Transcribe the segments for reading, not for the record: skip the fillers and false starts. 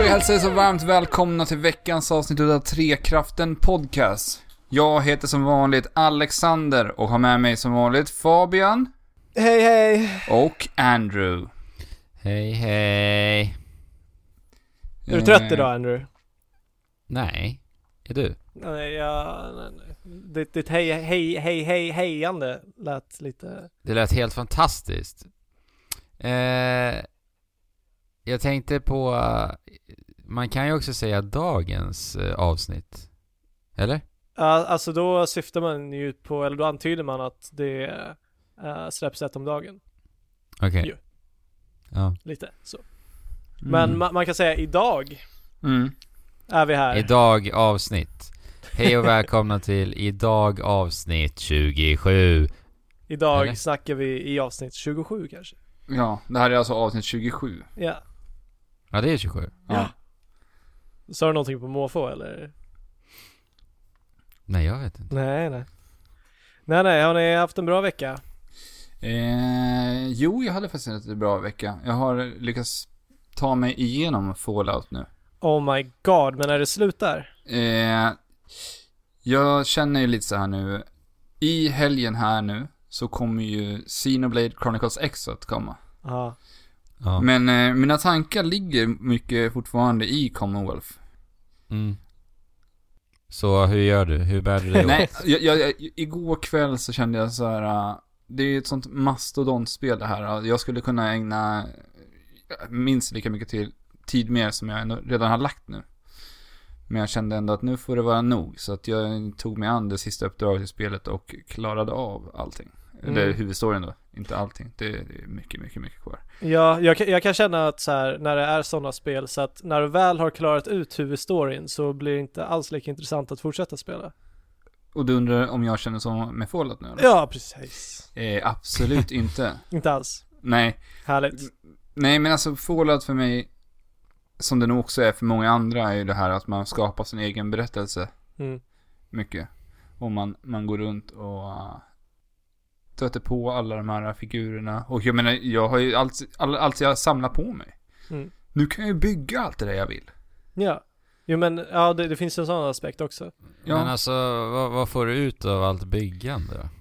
hälsar er så varmt välkomna till veckans avsnitt av Trekraften Podcast. Jag heter som vanligt Alexander och har med mig som vanligt Fabian. Hej hej. Och Andrew. Hej hej. Är du trött idag, Andrew? Nej, är du? Nej. Ditt hejande lät lite... Det lät helt fantastiskt. Jag tänkte på... man kan ju också säga dagens avsnitt. Eller? Alltså då syftar man ju på... Eller då antyder man att det släpps ett om dagen. Okej. Ja. Lite så. Men man kan säga idag är vi här. Idag avsnitt. Hej och välkomna till idag avsnitt 27. Idag Eller? snackar vi i avsnitt 27 kanske. Ja, det här är alltså avsnitt 27. Ja. Ja, det är 27. Ja. Sa du någonting på måfå eller? Nej, jag vet inte. Nej. Har ni haft en bra vecka? Jo, jag hade faktiskt en rätt bra vecka. Jag har lyckats ta mig igenom Fallout nu. Oh my god, men är det slut där? Jag känner ju lite så här nu. I helgen här nu så kommer ju Xenoblade Chronicles X att komma. Ja. Ja. Men mina tankar ligger mycket fortfarande i Commonwealth. Så hur gör du? Hur bär du dig åt? Nej, jag, igår kväll så kände jag så här. Det är ett sånt mastodontspel det här. Jag skulle kunna ägna minst lika mycket tid mer som jag redan har lagt nu. Men jag kände ändå att nu får det vara nog. Så att jag tog mig an det sista uppdraget i spelet och klarade av allting. Eller huvudstoryn då, inte allting. Det är mycket kvar. Ja, jag kan känna att så här, när det är sådana spel, så att när du väl har klarat ut huvudstoryn så blir det inte alls lika intressant att fortsätta spela. Och du undrar om jag känner som med Fallout nu eller? Ja, precis. Absolut inte. Inte alls. Nej. Härligt. Nej, men alltså Fallout för mig, som det nog också är för många andra, är ju det här att man skapar sin egen berättelse. Mycket. Och man går runt och stöter på alla de här figurerna. Och jag menar, jag har ju allt jag samlar på mig. Nu kan jag ju bygga allt det där jag vill. Ja. Jo, men ja, det finns en sån aspekt också. Ja. Men alltså, vad får du ut av allt byggande då?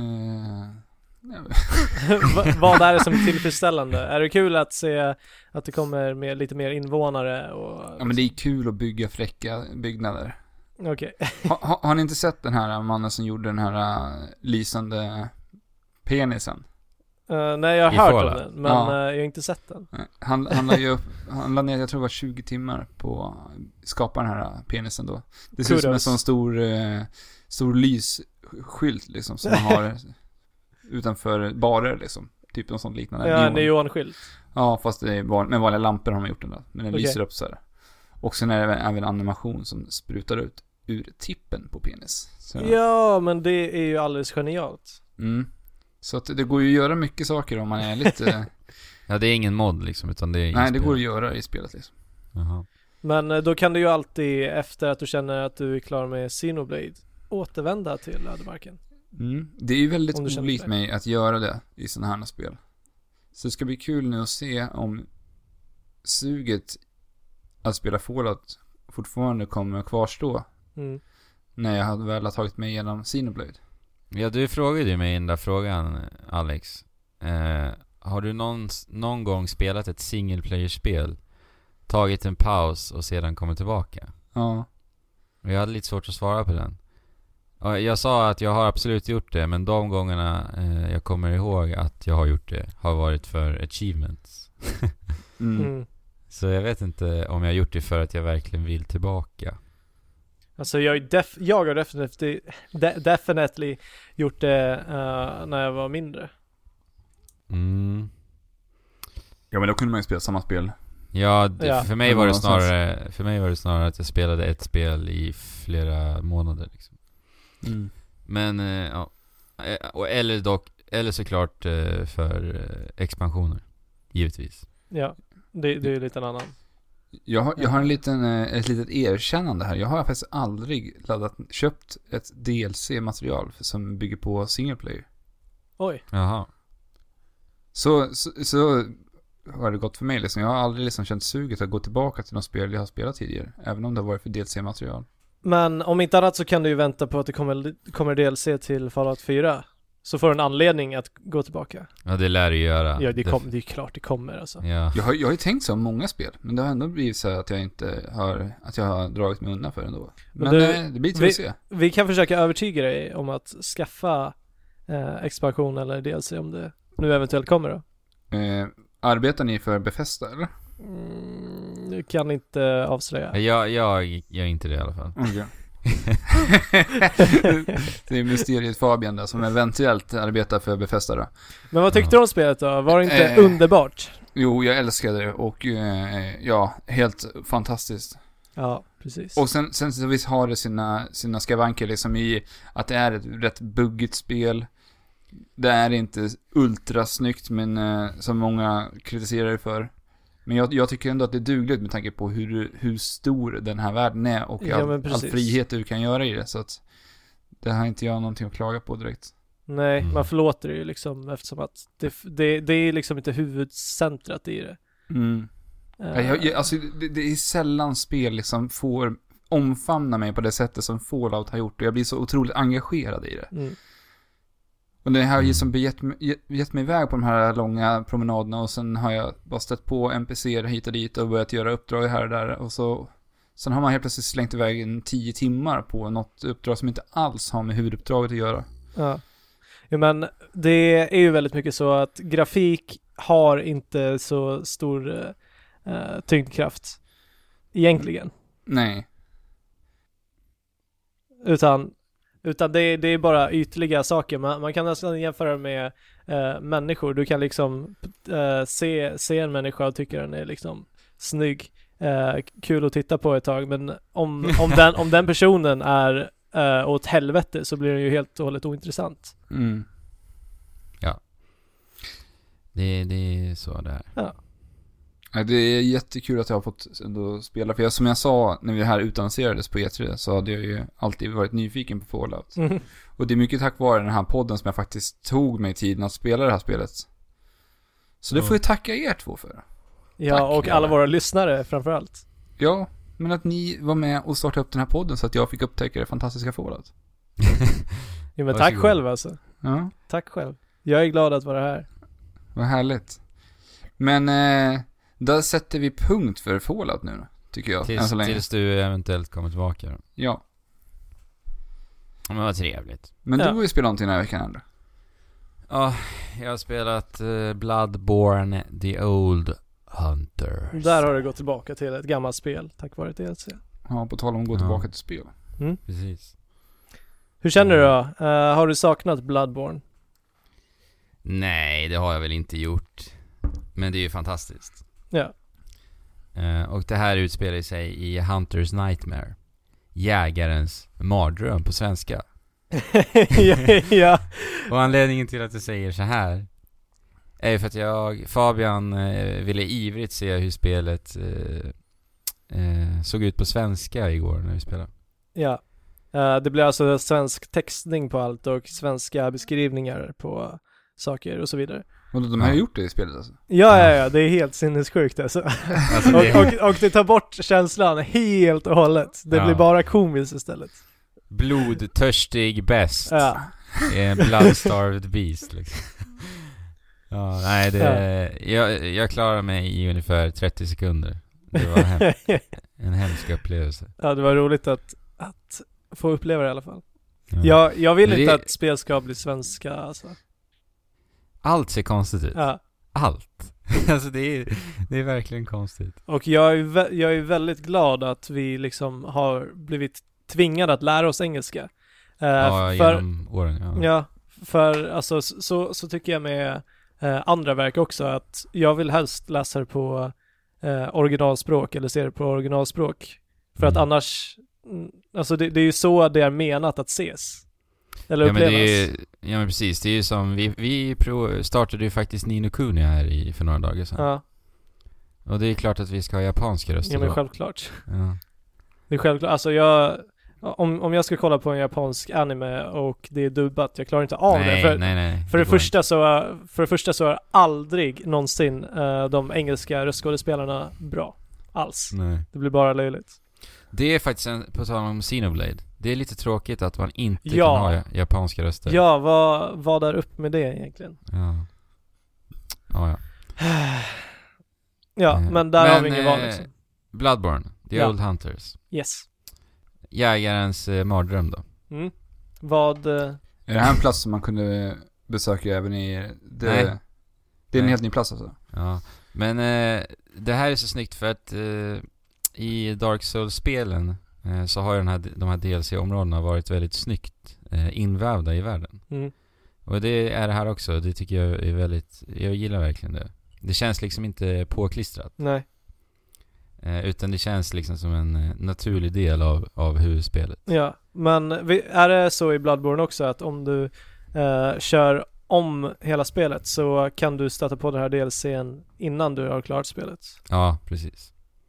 Vad är det som är tillfredsställande? Är det kul att se att det kommer med lite mer invånare? Ja, men det är kul att bygga fräcka byggnader. Okej. Har ni inte sett den här mannen som gjorde den här lysande penisen? Nej, jag har hört om den, men jag har inte sett den. Han la ner, jag tror det var 20 timmar på att skapa den här penisen då. Det ser ut som en sån stor lysskylt liksom, som man har utanför barer liksom. Typ någon sån liknande. Ja, neonskylt. Ja, fast det är med vanliga lampor har man gjort den där. Men den lyser upp så här. Och sen är det även animation som sprutar ut ur tippen på penis. Så. Ja, men det är ju alldeles genialt. Så att det går ju att göra mycket saker om man är lite... Ja, det är ingen mod liksom, utan det är... Nej, det går att göra i spelet liksom. Jaha. Men då kan du ju alltid, efter att du känner att du är klar med Xenoblade, återvända till ödemarken. Det är ju väldigt olikt mig att göra det i sådana här spel. Så det ska bli kul nu att se om suget att spela Fallout fortfarande kommer att kvarstå när jag väl har tagit mig igenom Xenoblade. Ja, du frågade ju mig i den där frågan, Alex. Har du någon gång spelat ett single player-spel, tagit en paus och sedan kommit tillbaka? Ja. Och jag hade lite svårt att svara på den. Och jag sa att jag har absolut gjort det, men de gångerna jag kommer ihåg att jag har gjort det har varit för achievements. Så jag vet inte om jag har gjort det för att jag verkligen vill tillbaka. Alltså jag har definitivt gjort det när jag var mindre. Ja, men då kunde man ju spela samma spel. Ja, för mig var det snarare att jag spelade ett spel i flera månader liksom. Men ja, eller såklart för expansioner, givetvis. Ja, det är lite en annan. Jag har ett litet erkännande här. Jag har faktiskt aldrig köpt ett DLC-material som bygger på single player. Oj. Jaha. Så har det gått för mig liksom. Jag har aldrig liksom känt suget att gå tillbaka till något spel jag har spelat tidigare, även om det har varit för DLC-material. Men om inte annat så kan du ju vänta på att det kommer DLC till Fallout 4. Så får du en anledning att gå tillbaka. Ja, det lär du göra. Ja, det är klart det kommer alltså. Ja. Jag har ju tänkt så om många spel, men det har ändå blivit så att jag inte har, att jag har dragit mig undan för ändå. Men det blir till att se. Vi kan försöka övertyga dig om att skaffa expansion eller DLC om det nu eventuellt kommer då. Arbetar ni för Bethesda eller? Du kan inte avslöja. Jag gör inte det i alla fall. Okay. Det är mysteriet Fabian där som eventuellt arbetar för Bethesda då. Men vad tyckte du om spelet då? Var det inte underbart? Jo, jag älskade det och ja, helt fantastiskt. Ja, precis. Och sen så visst har det sina skavanker liksom i att det är ett rätt buggigt spel. Det är inte ultrasnyggt, men som många kritiserar det för. Men jag tycker ändå att det är dugligt med tanke på hur stor den här världen är och all frihet du kan göra i det. Så att det har inte jag någonting att klaga på direkt. Nej, man förlåter det ju liksom eftersom att det är liksom inte huvudcentrat i det. Alltså det är sällan spel liksom får omfamna mig på det sättet som Fallout har gjort och jag blir så otroligt engagerad i det. Och det här har ju som gett mig iväg på de här långa promenaderna och sen har jag bara stött på NPC:er hit och dit och börjat göra uppdrag här och där och så sen har man helt plötsligt slängt iväg 10 timmar på något uppdrag som inte alls har med huvuduppdraget att göra. Ja, men det är ju väldigt mycket så att grafik har inte så stor tyngdkraft egentligen. Nej. Utan det är bara ytliga saker. Man kan nästan jämföra med människor. Du kan liksom se en människa och tycka den är liksom snygg, kul att titta på ett tag. Men om den personen är åt helvete så blir den ju helt och hållet ointressant. Ja. Det är så det är. Ja. Det är jättekul att jag har fått ändå spela. För som jag sa när vi här utannonserades på E3 så hade jag ju alltid varit nyfiken på Fallout. Och det är mycket tack vare den här podden som jag faktiskt tog mig tiden att spela det här spelet. Så det får jag tacka er två för. Ja, tack, och alla våra lyssnare framförallt. Ja, men att ni var med och startade upp den här podden så att jag fick upptäcka det fantastiska Fallout. Jo, men tack själv alltså. Ja. Tack själv. Jag är glad att vara här. Vad härligt. Men där sätter vi punkt för Fallout nu då, tycker jag. Tills du eventuellt kommer tillbaka då. Ja. Men vad trevligt. Men du har ju spelat någonting den här veckan ändå. Ja, jag har spelat Bloodborne The Old Hunters. Där har du gått tillbaka till ett gammalt spel tack vare DLC. Ja, på tal om att gå tillbaka till spel. Precis. Hur känner du då? Har du saknat Bloodborne? Nej, det har jag väl inte gjort. Men det är ju fantastiskt. Ja. Och det här utspelar sig i Hunter's Nightmare. Jägarens mardröm på svenska. Ja. Och anledningen till att jag säger så här är ju för att Fabian ville ivrigt se hur spelet såg ut på svenska igår när vi spelade. Ja. Det blir alltså svensk textning på allt och svenska beskrivningar på saker och så vidare. Och de har gjort det i spelet alltså? Ja, det är helt sinnessjukt alltså. och det tar bort känslan helt och hållet. Det blir bara komiskt istället. Blodtörstig bäst. Ja. Blood-starved beast liksom. Ja, nej, jag klarar mig i ungefär 30 sekunder. Det var en hemsk upplevelse. Ja, det var roligt att få uppleva det i alla fall. Ja. Jag vill inte att spel ska bli svenska alltså. Allt ser konstigt ut. Ja. Allt. Alltså det är verkligen konstigt. Och jag är väldigt glad att vi liksom har blivit tvingade att lära oss engelska. Genom åren. Ja, för alltså så tycker jag med andra verk också att jag vill helst läsa det på originalspråk eller se det på originalspråk. För att annars alltså det är ju så det är menat att ses. Eller upplevas. Men precis, det är ju som vi startade ju faktiskt Ni no Kuni här för några dagar sedan. Ja. Och det är klart att vi ska ha japanska röster. Ja, men självklart. Ja. Det är självklart. Alltså om jag ska kolla på en japansk anime och det är dubbat, jag klarar inte av det. Nej. För det första så är aldrig någonsin de engelska röstskådespelarna bra alls. Nej. Det blir bara löjligt. Det är faktiskt på tal om Xenoblade. Det är lite tråkigt att man inte kan ha japanska röster. Ja, vad är upp med det egentligen? Ja. Ja, men där har vi ingen val liksom. Bloodborne, The Old Hunters. Yes. Jägarens mardröm då. Vad... Är det här en plats som man kunde besöka även i... Nej. Det är en helt ny plats alltså. Ja, men det här är så snyggt för att i Dark Souls-spelen så har de här DLC-områdena varit väldigt snyggt invävda i världen. Och det är det här också. Det tycker jag är väldigt... Jag gillar verkligen det. Det känns liksom inte påklistrat. Nej. Utan det känns liksom som en naturlig del av huvudspelet. Ja, men är det så i Bloodborne också att om du kör om hela spelet så kan du stöta på den här DLC:n innan du har klarat spelet? Ja, precis.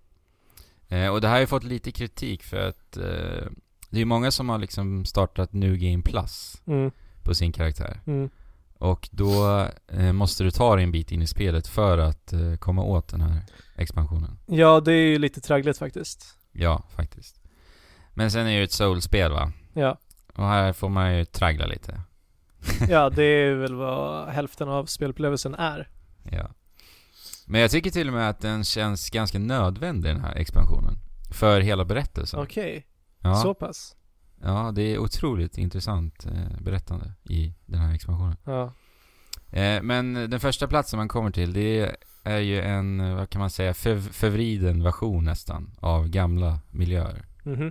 Och det här har ju fått lite kritik för att det är många som har liksom startat New Game Plus på sin karaktär. Och då måste du ta dig en bit in i spelet för att komma åt den här expansionen. Ja, det är ju lite traggligt faktiskt. Ja, faktiskt. Men sen är det ju ett Souls-spel, va? Ja. Och här får man ju traggla lite. Ja, det är väl vad hälften av spelupplevelsen är. Ja. Men jag tycker till och med att den känns ganska nödvändig, den här expansionen. För hela berättelsen. Okej. Ja. Så pass. Ja, det är otroligt intressant berättande i den här expansionen. Ja. Men den första platsen man kommer till, det är ju en, vad kan man säga, förvriden version nästan av gamla miljöer.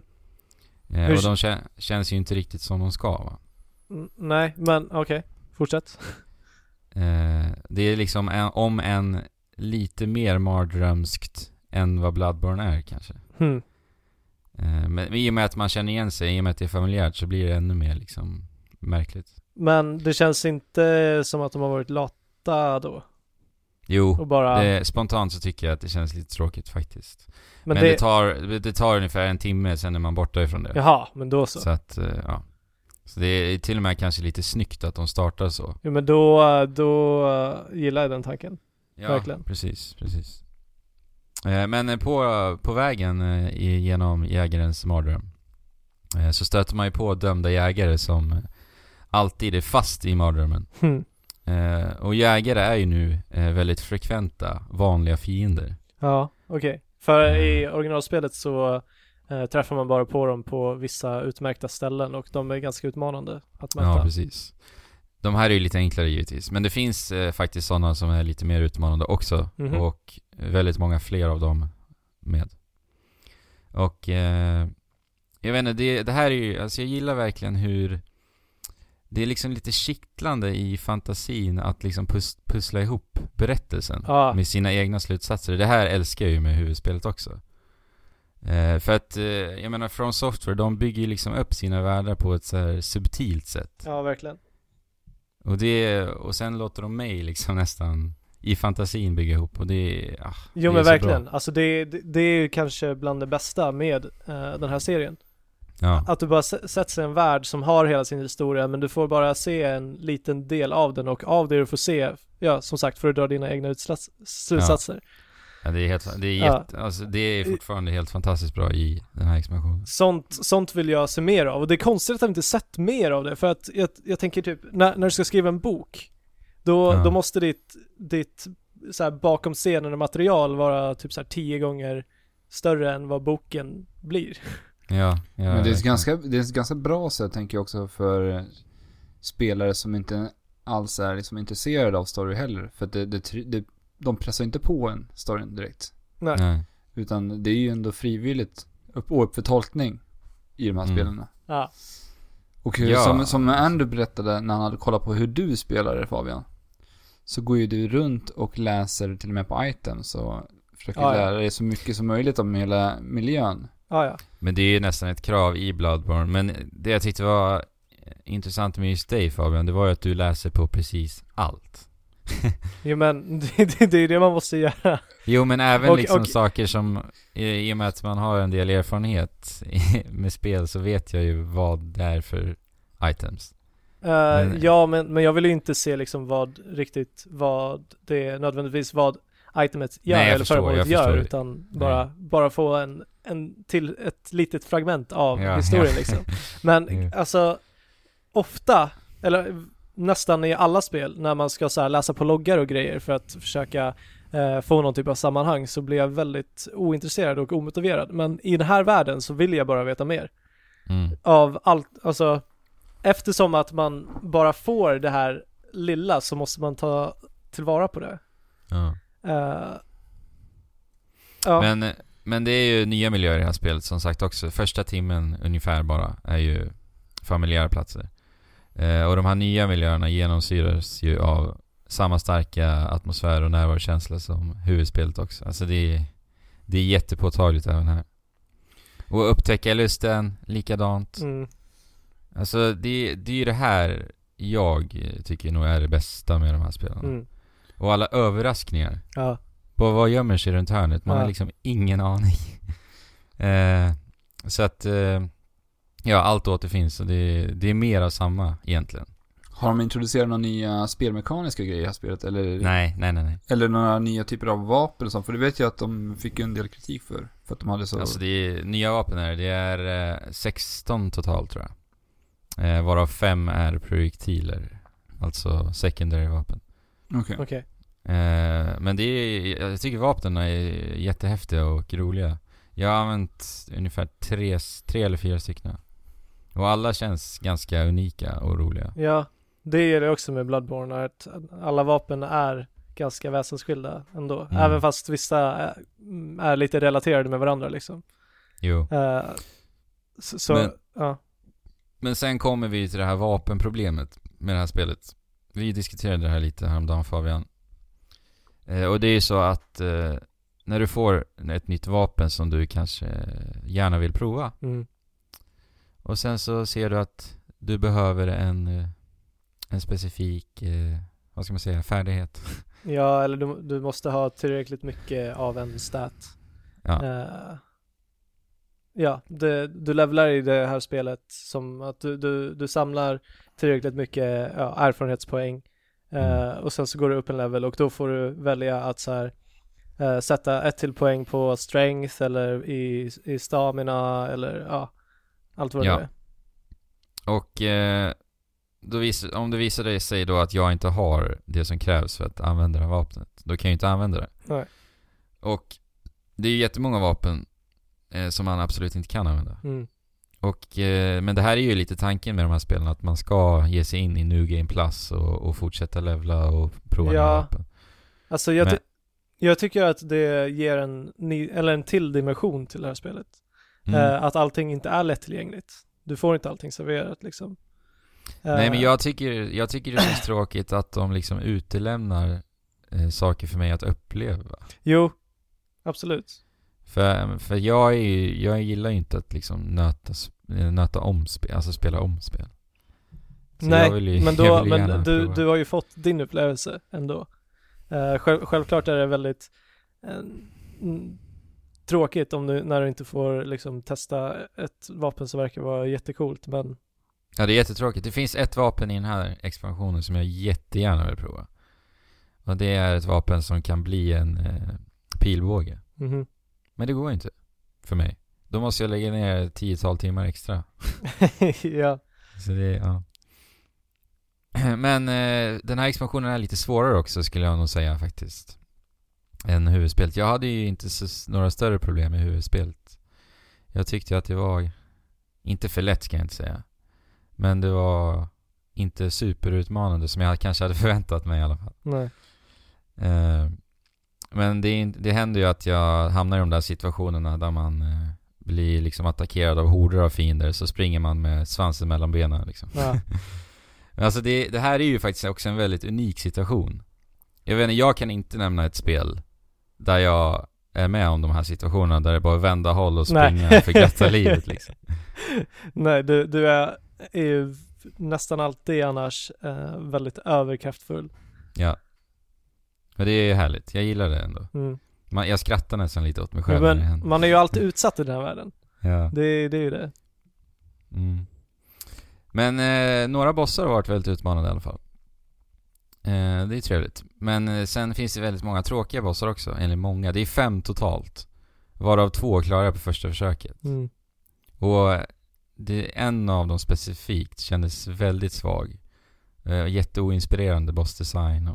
Och de känns ju inte riktigt som de ska, va? Nej, men okej. Fortsätt. Det är liksom om en lite mer mardrömskt än vad Bloodborne är kanske. Men i och med att man känner igen sig, i och med att det är familjärt, så blir det ännu mer liksom märkligt. Men det känns inte som att de har varit lata då? Jo, och bara... spontant så tycker jag att det känns lite tråkigt faktiskt. Men det tar ungefär en timme, sen är man borta ifrån det. Jaha, men då så. Så att, ja. Så det är till och med kanske lite snyggt att de startar så. Jo, men då gillar jag den tanken. Ja, verkligen. Precis. Men på vägen genom jägarens mardröm så stöter man ju på dömda jägare som alltid är fast i mardrömmen. Och jägare är ju nu väldigt frekventa, vanliga fiender. Ja, okej. För i originalspelet så träffar man bara på dem på vissa utmärkta ställen och de är ganska utmanande att möta. Ja, precis. De här är ju lite enklare givetvis, men det finns faktiskt sådana som är lite mer utmanande också. Och väldigt många fler av dem med. Och jag vet inte, det här är ju, alltså jag gillar verkligen hur det är liksom lite kittlande i fantasin att liksom pussla ihop berättelsen med sina egna slutsatser. Det här älskar jag ju med huvudspelet också. För att, jag menar, From Software, de bygger ju liksom upp sina världar på ett så här subtilt sätt. Ja, verkligen. Och sen låter de mig liksom nästan i fantasin bygga ihop. Och det är, jo, det men är verkligen. Alltså det är ju kanske bland det bästa med den här serien. Ja. Att du bara sätter en värld som har hela sin historia, men du får bara se en liten del av den, och av det du får se, ja, som sagt, för att dra dina egna slutsatser. Ja, det är fortfarande helt fantastiskt bra i den här expansionen. Sånt vill jag se mer av, och det är konstigt att jag inte sett mer av det, för att jag tänker typ, när du ska skriva en bok, då måste ditt så här bakom scenen material vara typ så här 10 gånger större än vad boken blir. Ja, men det är ett ganska bra sätt, tänker jag också, för spelare som inte alls är liksom intresserade av story heller, för att de pressar inte på en storyn direkt. Nej. Utan det är ju ändå frivilligt upp för tolkning i de här spelarna. Ja. Och som Andrew berättade när han hade kollat på hur du spelar, Fabian, så går ju du runt och läser till och med på items och försöker lära dig så mycket som möjligt om hela miljön. Ja. Men det är ju nästan ett krav i Bloodborne. Men det jag tyckte var intressant med just dig, Fabian, det var ju att du läser på precis allt. Jo men det är det man måste göra. Jo men även saker som, i och med att man har en del erfarenhet med spel, så vet jag ju vad det är för items. Ja men jag vill ju inte se liksom vad det nödvändigtvis vad itemet gör. Nej, eller föremålet gör, förstår. utan bara få ett litet fragment av historien liksom. Men alltså ofta, eller nästan i alla spel, när man ska så här läsa på loggar och grejer för att försöka få någon typ av sammanhang, så blir jag väldigt ointresserad och omotiverad. Men i den här världen så vill jag bara veta mer av allt. Alltså eftersom att man bara får det här lilla, så måste man ta tillvara på det. Ja. Men det är ju nya miljöer i det här spelet som sagt också. Första timmen ungefär bara är ju familjära platser. Och de här nya miljöerna genomsyras ju av samma starka atmosfär och närvarokänsla som huvudspelet också. Alltså det är jättepåtagligt även här. Och upptäcka lusten, likadant. Alltså det är ju det här jag tycker nog är det bästa med de här spelarna. Och alla överraskningar. Ja. På vad gömmer sig runt hörnet. Man har liksom ingen aning. Så att allt återfinns, och det är mer av samma egentligen. Har de introducerat några nya spelmekaniska grejer i det här spelet? Eller? Nej. Eller några nya typer av vapen och sånt? För det vet jag att de fick en del kritik för att de hade så... Alltså det är nya vapen här. Det är 16 totalt tror jag. Varav 5 är projektiler. Alltså secondary vapen. Okej. Men jag tycker vapnen är jättehäftiga och roliga. Jag har använt ungefär 3 eller 4 stycken. Och alla känns ganska unika och roliga. Ja, det är det också med Bloodborne, att alla vapen är ganska väsensskilda ändå. Även fast vissa är lite relaterade med varandra liksom. Jo. Ja. Men sen kommer vi till det här vapenproblemet med det här spelet. Vi diskuterade det här lite häromdagen, Fabian. Och det är ju så att när du får ett nytt vapen som du kanske gärna vill prova. Och sen så ser du att du behöver en specifik, vad ska man säga, färdighet. Ja, eller du måste ha tillräckligt mycket av en stat. Ja. Du levlar i det här spelet som att du samlar tillräckligt mycket erfarenhetspoäng. Och sen så går du upp en level, och då får du välja att så här, sätta 1 till poäng på strength eller i stamina eller allt vad det är. Och om det visar sig då att jag inte har det som krävs för att använda det här vapnet, då kan jag inte använda det. Nej. Och det är ju jättemånga vapen som man absolut inte kan använda. Och, men det här är ju lite tanken med de här spelen, att man ska ge sig in i New Game Plus och fortsätta levla och prova nya vapen. Alltså jag tycker att det ger en till dimension till det här spelet. Att allting inte är lättillgängligt. Du får inte allting serverat liksom. Nej, men jag tycker det är tråkigt att de liksom utelämnar saker för mig att uppleva. Jo, absolut. För jag gillar ju inte att liksom nöta om spel, alltså spela om spel. Så nej, men du har ju fått din upplevelse ändå. Självklart är det väldigt tråkigt när du inte får liksom testa ett vapen som verkar vara jättecoolt, men ja, det är jättetråkigt. Det finns ett vapen i den här expansionen som jag jättegärna vill prova. Och det är ett vapen som kan bli en pilbåge. Men det går inte för mig. Då måste jag lägga ner 10-tal timmar extra. Ja. Så det, Men den här expansionen är lite svårare också, skulle jag nog säga faktiskt, än huvudspelet. Jag hade ju inte några större problem med huvudspelet. Jag tyckte att det var inte för lätt, ska jag inte säga. Men det var inte superutmanande som jag kanske hade förväntat mig i alla fall. Nej. Men det händer ju att jag hamnar i de där situationerna där man blir liksom attackerad av horder av fiender, så springer man med svansen mellan benen liksom. Ja. Alltså det här är ju faktiskt också en väldigt unik situation. Jag kan inte nämna ett spel där jag är med om de här situationerna där det bara vända håll och springa för glatta livet liksom. Nej, du är ju nästan alltid annars väldigt överkraftfull. Ja. Och det är härligt, jag gillar det ändå. Jag skrattar nästan lite åt mig själv. Men man är ju alltid utsatt i den här världen. Ja. Det är ju det. Men några bossar har varit väldigt utmanande i alla fall. Det är trevligt. Men sen finns det väldigt många tråkiga bossar också. Eller många, det är 5 totalt. Varav 2 klarar jag på första försöket. Och en av dem specifikt kändes väldigt svag. Jätteoinspirerande bossdesign.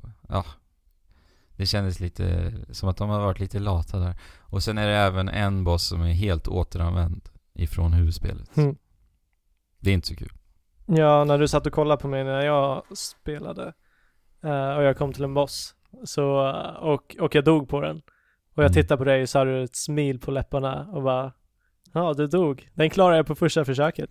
Det kändes lite som att de har varit lite lata där. Och sen är det även en boss som är helt återanvänd ifrån huvudspelet. Det är inte så kul. Ja, när du satt och kollade på mig när jag spelade och jag kom till en boss och jag dog på den. Och jag tittade på dig och så hade du ett smil på läpparna och bara, ja, du dog. Den klarade jag på första försöket.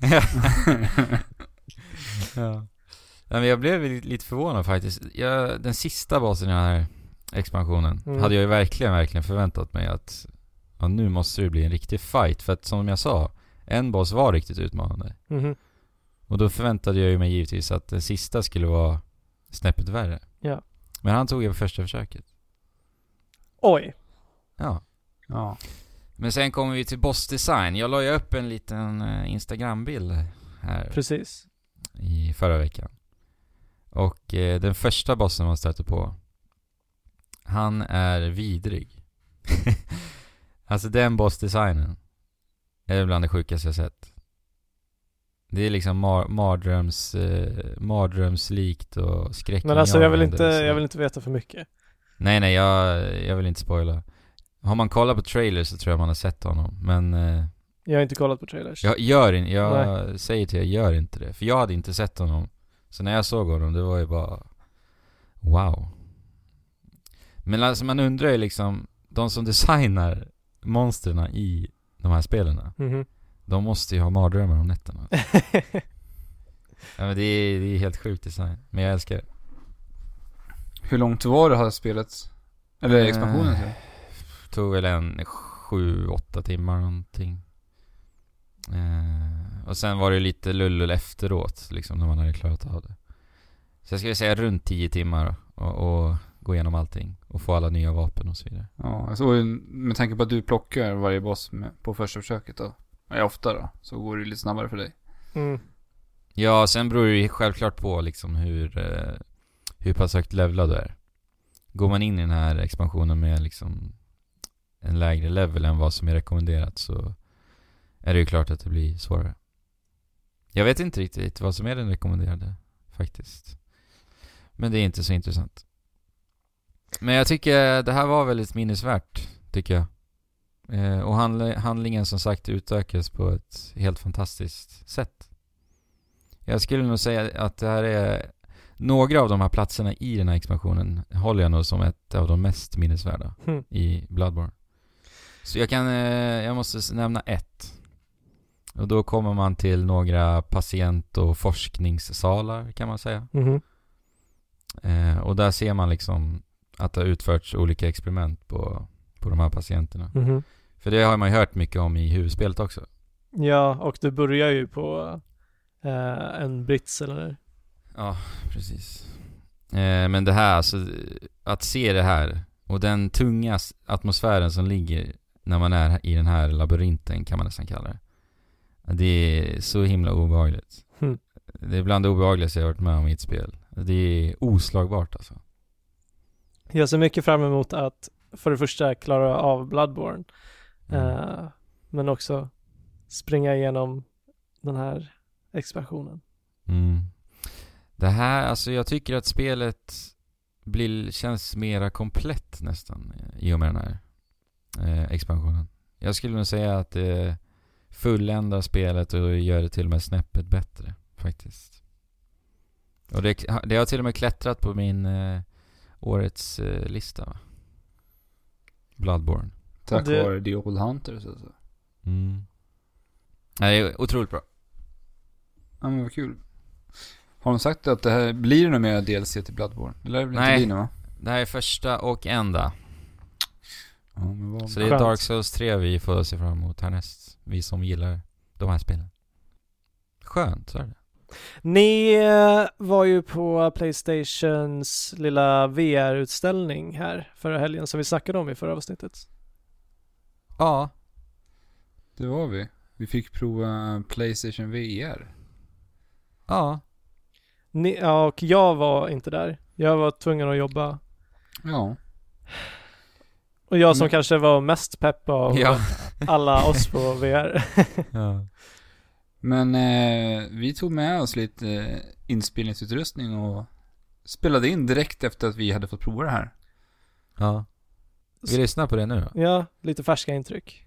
Ja. Men jag blev lite förvånad faktiskt. Den sista bossen i den här expansionen hade jag ju verkligen förväntat mig att nu måste det bli en riktig fight. För att som jag sa, en boss var riktigt utmanande. Och då förväntade jag ju mig givetvis att den sista skulle vara snäppet värre. Ja. Men han tog jag på första försöket. Oj. Ja. Men sen kommer vi till bossdesign. Jag la ju upp en liten Instagram-bild här. Precis. I förra veckan. Och den första bossen man stöter på, han är vidrig. Alltså den bossdesignen är bland det sjukaste jag sett. Det är liksom mardrömslikt och skräcken. Men alltså jag vill inte veta för mycket. Nej, jag vill inte spoila. Har man kollat på trailers så tror jag man har sett honom. Men jag har inte kollat på trailers. Jag säger till er, gör inte det. För jag hade inte sett honom. Så när jag såg honom, det var ju bara wow. Men alltså man undrar ju liksom, de som designar monsterna i de här spelarna, de måste ju ha mardrömmar om nätterna. Ja, men det är helt sjukt design. Men jag älskar det. Hur långt var det här spelet? Eller expansionen? Tog väl 7-8 timmar någonting. Och sen var det lite lull efteråt liksom, när man hade klarat av det. Så jag skulle säga runt 10 timmar och gå igenom allting och få alla nya vapen och så vidare. Ja, alltså, med tanke på att du plockar varje boss på första försöket då, ofta då, så går det lite snabbare för dig. Ja, sen beror det självklart på liksom hur pass högt levlad du är. Går man in i den här expansionen med liksom en lägre level än vad som är rekommenderat, så är det ju klart att det blir svårare. Jag vet inte riktigt vad som är den rekommenderade faktiskt. Men det är inte så intressant. Men jag tycker det här var väldigt minnesvärt, tycker jag. Och handlingen som sagt utökas på ett helt fantastiskt sätt. Jag skulle nog säga att det här är några av de här platserna i den här expansionen håller jag nog som ett av de mest minnesvärda i Bloodborne. Så jag måste nämna ett. Och då kommer man till några patient- och forskningssalar, kan man säga. Och där ser man liksom att det har utförts olika experiment på de här patienterna. För det har man ju hört mycket om i huvudspelet också. Ja, och det börjar ju på en brits eller? Ja, precis. Men det här, alltså, att se det här och den tunga atmosfären som ligger när man är i den här labyrinten, kan man nästan kalla det. Det är så himla obehagligt. Det är bland det obehagligaste jag har varit med om i ett spel. Det är oslagbart alltså. Jag ser mycket fram emot att för det första klara av Bloodborne. Men också springa igenom den här expansionen. Det här, alltså jag tycker att spelet känns mera komplett nästan i och med den här expansionen. Jag skulle nog säga att det fulländar spelet och gör det till och med snäppet bättre faktiskt. Och det har till och med klättrat på min årets lista, va? Bloodborne. Tack vare The Old Hunters alltså. Det är otroligt bra. Ja, men vad kul. Har de sagt att det här blir nog mer DLC till Bloodborne? Eller det inte bli nu, va? Det här är första och enda. Ja, men så det är Dark Souls 3 vi får se fram emot härnäst. Vi som gillar de här spelen. Skönt, så är det. Ni var ju på PlayStations lilla VR-utställning här förra helgen som vi snackade om i förra avsnittet. Ja. Det var vi. Vi fick prova PlayStation VR. Ja. Ja, och jag var inte där. Jag var tvungen att jobba. Ja. Och jag som kanske var mest pepp av alla oss på VR. Ja. Men vi tog med oss lite inspelningsutrustning och spelade in direkt efter att vi hade fått prova det här. Ja. Vi lyssnar på det nu då. Ja, lite färska intryck.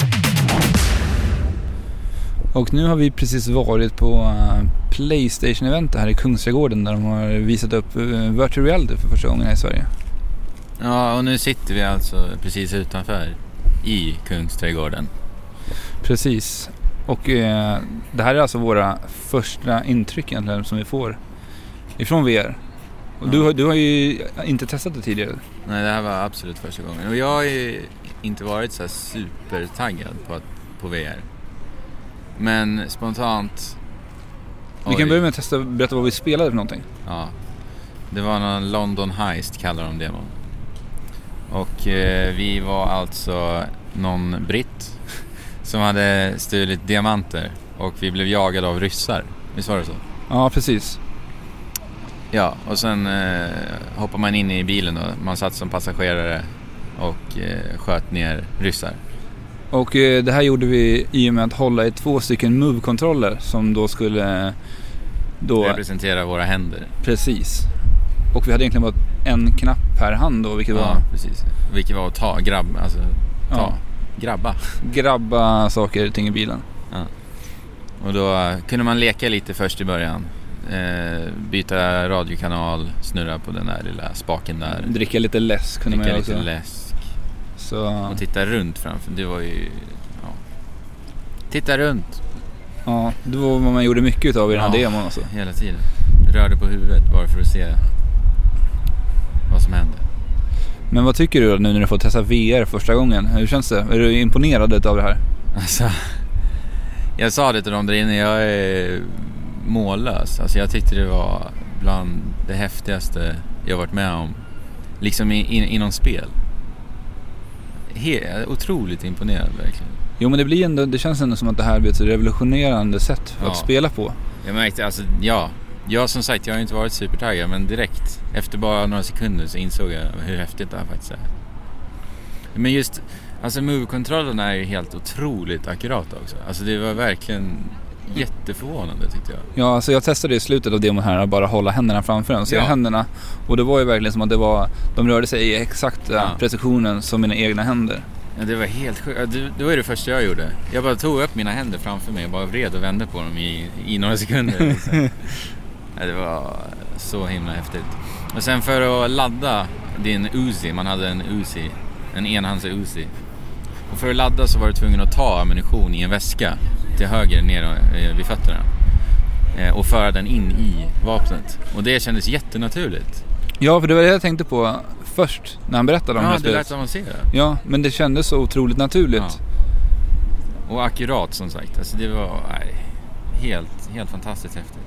Och nu har vi precis varit på PlayStation-event här i Kungsträdgården där de har visat upp Virtual Reality för första gången här i Sverige. Ja, och nu sitter vi alltså precis utanför i Kungsträdgården. Precis. Och det här är alltså våra första intryck egentligen som vi får ifrån VR. Och du har ju inte testat det tidigare. Nej, det här var absolut första gången. Och jag har ju inte varit så här supertaggad på VR. Men spontant... Vi kan börja med att testa, berätta vad vi spelade för någonting. Ja, det var någon London Heist kallar de demon. Och vi var alltså någon britt som hade stulit diamanter. Och vi blev jagade av ryssar. Visst var det så? Ja, precis. Ja, och sen hoppar man in i bilen då. Man satt som passagerare och sköt ner ryssar. Och det här gjorde vi i och med att hålla i 2 stycken move-kontroller som då skulle representera våra händer. Precis. Och vi hade egentligen bara en knapp per hand då, vilket var... precis. Vilket var att ta, grabba saker, ting i bilen. Ja. Och då kunde man leka lite först i början. Byta radiokanal, snurra på den där lilla spaken där. Dricka lite läsk kunde man också. Dricka lite läsk. Så... Och titta runt framför. Det var ju... Ja. Titta runt. Ja, det var vad man gjorde mycket av i den här demon alltså. Hela tiden. Rörde på huvudet bara för att se vad som hände. Men vad tycker du då nu när du får testa VR första gången? Hur känns det? Är du imponerad av det här? Alltså, jag sa det till dem där inne. Jag är mållös. Alltså jag tyckte det var bland det häftigaste jag varit med om. Liksom inom spel. Otroligt imponerad verkligen. Jo, men det blir ändå, det känns ändå som att det här blir ett revolutionerande sätt att spela på. Jag märkte, alltså, jag som sagt, jag har inte varit supertaggad, men direkt efter bara några sekunder så insåg jag hur häftigt det här faktiskt är. Men just, alltså move-kontrollerna är ju helt otroligt akkurata också. Alltså det var verkligen jätteförvånande tyckte jag. Ja, alltså jag testade i slutet av demon här att bara hålla händerna framför en och se händerna. Och det var ju verkligen som att de rörde sig i exakt precisionen som mina egna händer. Ja, det var helt sjukt. Det var det första jag gjorde. Jag bara tog upp mina händer framför mig och bara vred och vände på dem i några sekunder. Liksom. Ja, det var så himla häftigt. Och sen för att ladda din Uzi, man hade en Uzi, en enhands Uzi. Och för att ladda så var du tvungen att ta ammunition i en väska till höger ner vid fötterna. Och föra den in i vapnet. Och det kändes jättenaturligt. Ja, för det var det jag tänkte på först när han berättade om det här spelet. Ja, det lät avancerat. Ja, men det kändes så otroligt naturligt. Ja. Och akkurat som sagt. Alltså det var helt fantastiskt häftigt.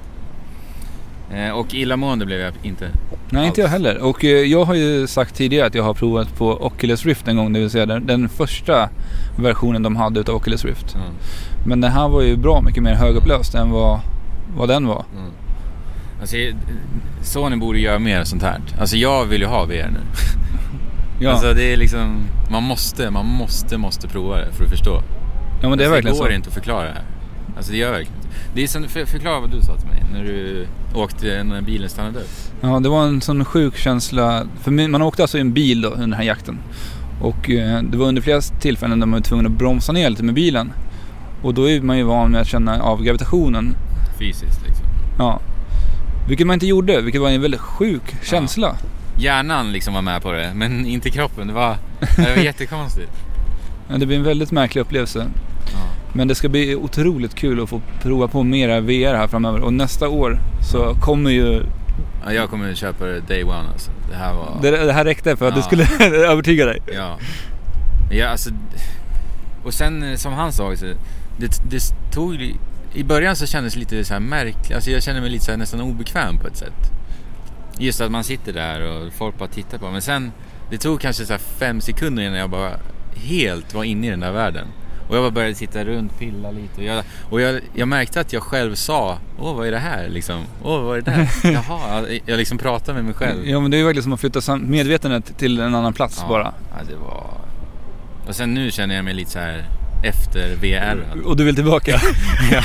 Och illamående blev jag inte. Nej, inte jag heller. Och jag har ju sagt tidigare att jag har provat på Oculus Rift en gång. Det vill säga den första versionen de hade utav Oculus Rift. Mm. Men den här var ju bra mycket mer högupplöst än vad den var. Mm. Alltså, Sony borde göra mer sånt här. Alltså jag vill ju ha VR nu. Ja. Alltså det är liksom, man måste prova det för att förstå. Ja, men det är verkligen så. Det går inte att förklara det här. Alltså det gör verkligen. Det är som, förklara vad du sa till mig när du åkte när bilen stannade upp. Ja, det var en sån sjuk känsla. För man åkte alltså i en bil då under den här jakten. Och det var under flera tillfällen där man var tvungen att bromsa ner lite med bilen. Och då är man ju van med att känna av gravitationen. Fysiskt liksom. Ja. Vilket man inte gjorde, vilket var en väldigt sjuk känsla. Ja. Hjärnan liksom var med på det, men inte kroppen. Det var jättekonstigt. Ja, det blir en väldigt märklig upplevelse. Ja. Men det ska bli otroligt kul att få prova på mera VR här framöver. Och nästa år så kommer ju... Ja, jag kommer köpa det day one alltså. Det här räckte för att du skulle övertyga dig. Ja, alltså... Och sen som han sa, det tog i början så kändes det lite så här märkligt. Alltså jag kände mig lite så här nästan obekväm på ett sätt. Just att man sitter där och folk bara tittar på. Men sen, det tog kanske så här 5 sekunder innan jag bara helt var inne i den där världen. Och jag bara började sitta runt, pilla lite. Och jag märkte att jag själv sa, vad är det här liksom? Vad är det där? Jaha, jag liksom pratade med mig själv. Ja, men det är ju verkligen som att flytta medvetandet till en annan plats bara. Ja, det var... Och sen nu känner jag mig lite så här efter VR. Och du vill tillbaka? Ja.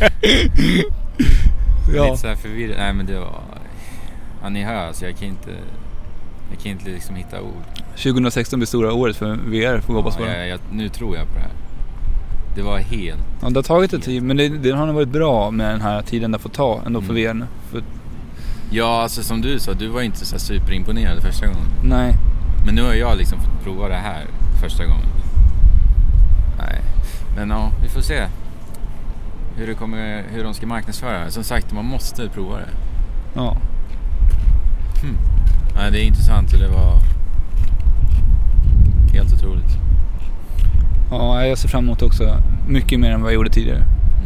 Ja. Lite så här förvirrad. Nej, men det var... Ja, ni hör, så jag kan inte liksom hitta ord. 2016 blir stora året för VR, får vi hoppas på det. Nu tror jag på det här. Det var helt... Ja, det har tagit en tid, men det har nog varit bra med den här tiden det får ta ändå för VR nu. Ja, alltså som du sa, du var inte så superimponerad första gången. Nej. Men nu har jag liksom fått prova det här första gången. Nej, men ja, vi får se hur de ska marknadsföra. Som sagt, man måste prova det. Ja. Nej, det är intressant, det var helt otroligt. Ja, jag ser fram emot också mycket mer än vad jag gjorde tidigare.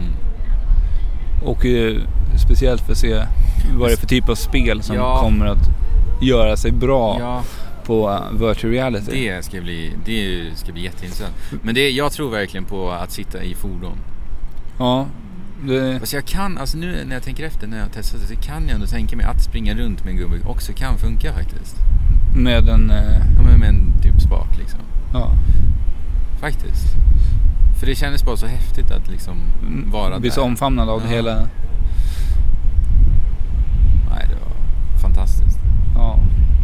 Och speciellt för att se vad det är för typ av spel som kommer att göra sig bra på virtual reality. Det ska bli jätteintressant. Men jag tror verkligen på att sitta i fordon. Ja. Alltså jag kan, alltså nu när jag tänker efter, när jag har testat det, så kan jag ändå tänka mig att springa runt med en gubbe också kan funka faktiskt. Med en... med en typ spak liksom. Ja. Faktiskt. För det kändes bara så häftigt att liksom vara där. Bli så omfamnad av det hela. Nej, det var fantastiskt. Ja.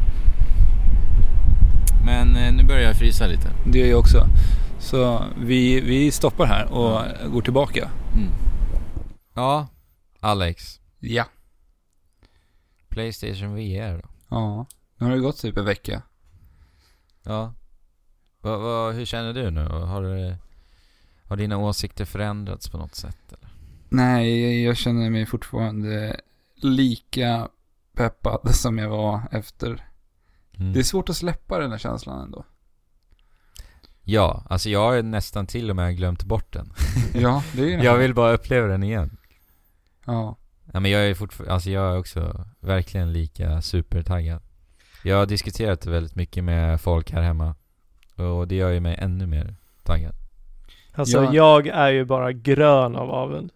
Men nu börjar jag frysa lite. Det gör jag också. Så vi stoppar här och går tillbaka. Ja, Alex. Ja. PlayStation VR då? Ja, nu har det gått typ en vecka. Ja. Hur känner du nu? Har dina åsikter förändrats på något sätt? Eller? Nej, jag känner mig fortfarande lika peppad som jag var efter. Det är svårt att släppa den här känslan ändå. Ja, alltså jag har nästan till och med glömt bort den. Ja, det är jag vill bara uppleva den igen. Ja. Ja, men jag är också verkligen lika supertaggad. Jag har diskuterat det väldigt mycket med folk här hemma. Och det gör ju mig ännu mer taggad. Alltså jag är ju bara grön av avund.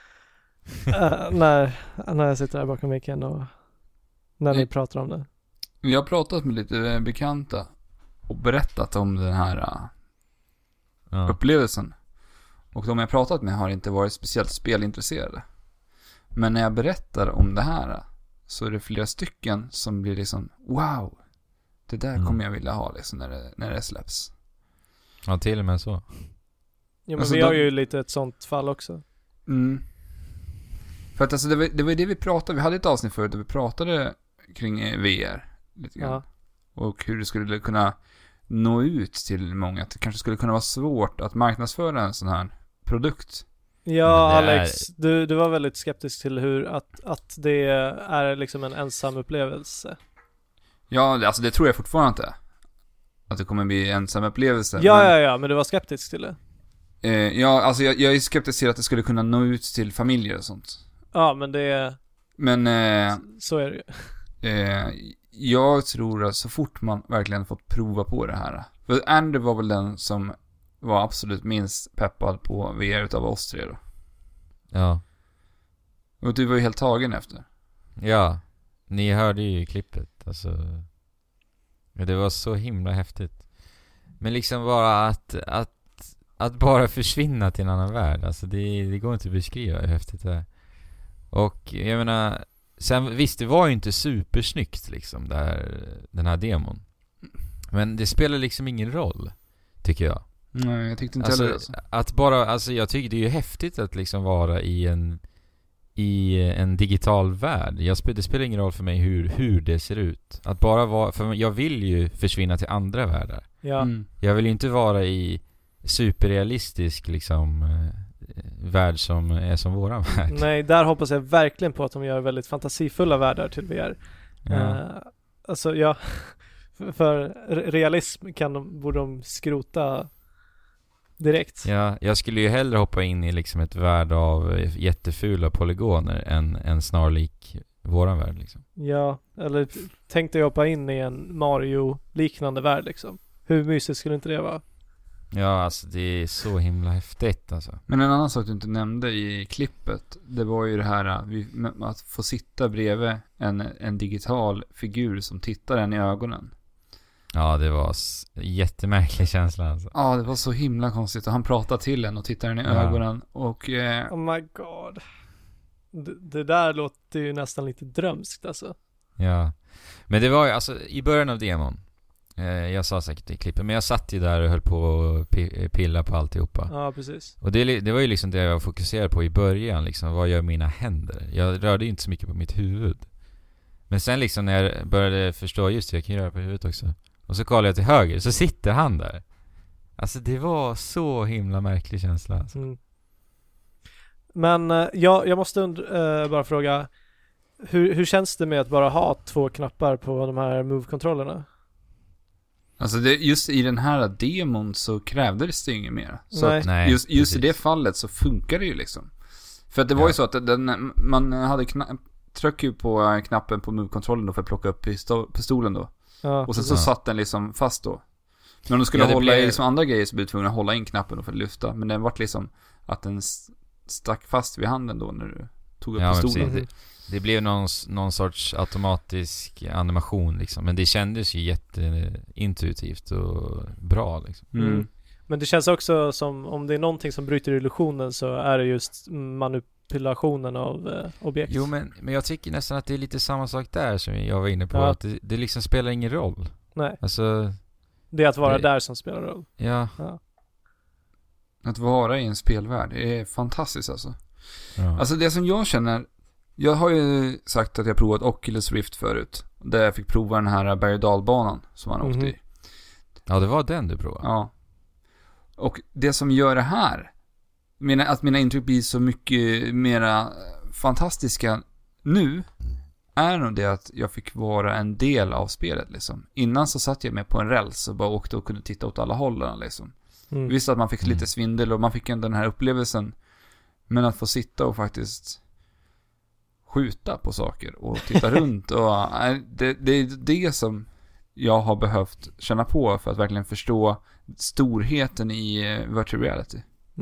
när jag sitter där bakom micken och när ni pratar om det. Jag har pratat med lite bekanta och berättat om den här upplevelsen. Och de jag pratat med har inte varit speciellt spelintresserade. Men när jag berättar om det här så är det flera stycken som blir liksom, wow, det där kommer jag vilja ha liksom när det släpps. Ja, till och med så. Ja, men alltså vi har ju lite ett sånt fall också. För att alltså det var det vi pratade, vi hade ett avsnitt förut där vi pratade kring VR lite grann. Och hur det skulle kunna nå ut till många. Att det kanske skulle kunna vara svårt att marknadsföra en sån här produkt. Ja, Alex, du var väldigt skeptisk till hur att det är liksom en ensam upplevelse. Ja, alltså det tror jag fortfarande inte. Att det kommer bli en ensam upplevelse. Men du var skeptisk till det. Ja, alltså jag är skeptisk till att det skulle kunna nå ut till familjer och sånt. Ja, men det... Men... så är det ju. Jag tror att så fort man verkligen fått prova på det här. För Andrew var väl den som var absolut minst peppad på VR utav oss tre då. Ja. Och du var ju helt tagen efter. Ja, ni hörde ju klippet. Alltså, det var så himla häftigt. Men liksom bara att bara försvinna till en annan värld. Alltså det går inte att beskriva hur häftigt det är. Och jag menar, sen visst, det var ju inte supersnyggt liksom den här demon. Men det spelar liksom ingen roll, tycker jag. Nej, jag tyckte inte alltså, heller det. Alltså jag tycker det är ju häftigt att liksom vara i en digital värld. Det spelar ingen roll för mig hur det ser ut. Att bara vara, för jag vill ju försvinna till andra världar. Ja. Jag vill ju inte vara i superrealistisk liksom värld som är som våran värld. Nej, där hoppas jag verkligen på att de gör väldigt fantasifulla världar till VR. Alltså för realism borde de skrota direkt. Ja, jag skulle ju hellre hoppa in i liksom ett värld av jättefula polygoner än en snarlik våran värld liksom. Ja, eller tänkte jag hoppa in i en Mario-liknande värld liksom. Hur mysigt skulle inte det vara? Ja, alltså det är så himla häftigt alltså. Men en annan sak du inte nämnde i klippet, det var ju det här att få sitta bredvid en digital figur som tittar en i ögonen. Ja, det var jättemärklig känsla alltså. Ja, det var så himla konstigt. Och han pratar till en och tittar en i ögonen. Och oh my god. Det där låter ju nästan lite drömskt alltså. Ja. Men det var ju alltså i början av demon. Jag sa säkert i klippet, men jag satt ju där och höll på att pilla på alltihopa. Ja, precis. Och det var ju liksom det jag fokuserade på i början liksom. Vad gör mina händer? Jag rörde ju inte så mycket på mitt huvud. Men sen liksom när jag började förstå, just det, jag kan röra på huvudet också. Och så kollar jag till höger, så sitter han där. Alltså det var så himla märklig känsla alltså. Men jag måste bara fråga, hur känns det med att bara ha 2 knappar på de här move-kontrollerna? alltså just i den här demon så krävdes det inget mer. Så Nej. att Nej, just i det fallet så funkar det ju liksom. För att det var ju så att man hade tryck ju på knappen på move-kontrollen då för att plocka upp pistolen då. Ja, Och sen så satt den liksom fast då. Men om du skulle hålla i liksom andra grejer så blev du tvungen att hålla in knappen för att lyfta. Men den vart liksom att den stack fast vid handen då när du tog upp pistolen. Det blev någon sorts automatisk animation liksom. Men det kändes ju jätteintuitivt och bra liksom. Men det känns också som om det är någonting som bryter illusionen så är det just manipulationen av objekt. Jo, men jag tycker nästan att det är lite samma sak där som jag var inne på. Ja. Att det liksom spelar ingen roll. Nej. Alltså, det är att vara där som spelar roll. Ja. Att vara i en spelvärld är fantastiskt alltså. Ja. Alltså det som jag känner, jag har ju sagt att jag provat Oculus Rift förut. Där jag fick prova den här berg- och dalbanan som man åkte i. Ja, det var den du provade. Ja. Och det som gör det här, att mina intryck blir så mycket mera fantastiska nu, är nog det att jag fick vara en del av spelet liksom. Innan så satt jag med på en räls och bara åkte och kunde titta åt alla hållen liksom. Visst att man fick lite svindel och man fick ändå den här upplevelsen, men att få sitta och faktiskt skjuta på saker och titta runt och det är det som jag har behövt känna på för att verkligen förstå storheten i virtual reality.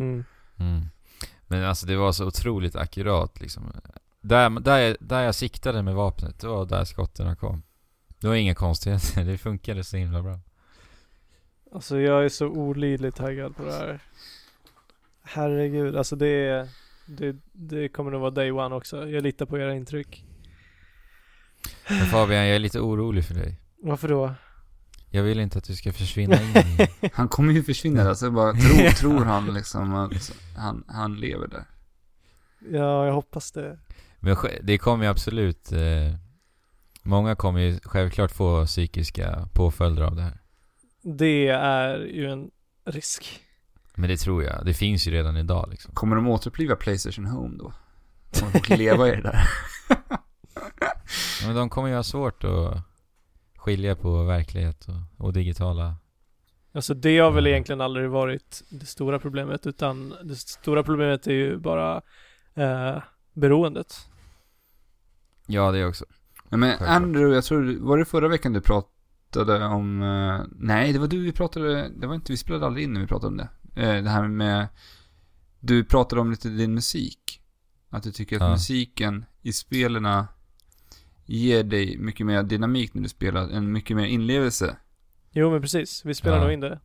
Men alltså det var så otroligt akkurat liksom. Där jag siktade med vapnet, det var där skotterna kom. Det var inga konstigheter, det funkade så himla bra. Alltså jag är så olidligt taggad på det här. Herregud, alltså det kommer nog vara day one också. Jag litar på era intryck. Men Fabian, jag är lite orolig för dig. Varför då? Jag vill inte att du ska försvinna in i... Han kommer ju försvinna där, så jag bara tror han liksom att han lever där. Ja, jag hoppas det. Men det kommer ju absolut... många kommer ju självklart få psykiska påföljder av det här. Det är ju en risk. Men det tror jag. Det finns ju redan idag liksom. Kommer de återuppliva PlayStation Home då? Kommer folk leva i det där? Ja, men de kommer ju ha svårt att skilja på verklighet och digitala. Alltså det har väl egentligen aldrig varit det stora problemet, utan det stora problemet är ju bara beroendet. Ja, det också. Ja, men Andrew, jag tror, var det förra veckan du pratade om... nej, det var du vi pratade... Det var inte, vi spelade aldrig in när vi pratade om det. Det här med... Du pratade om lite din musik. Att du tycker att musiken i spelarna ger dig mycket mer dynamik när du spelar. En mycket mer inlevelse. Jo, men precis. Vi spelar nog in det.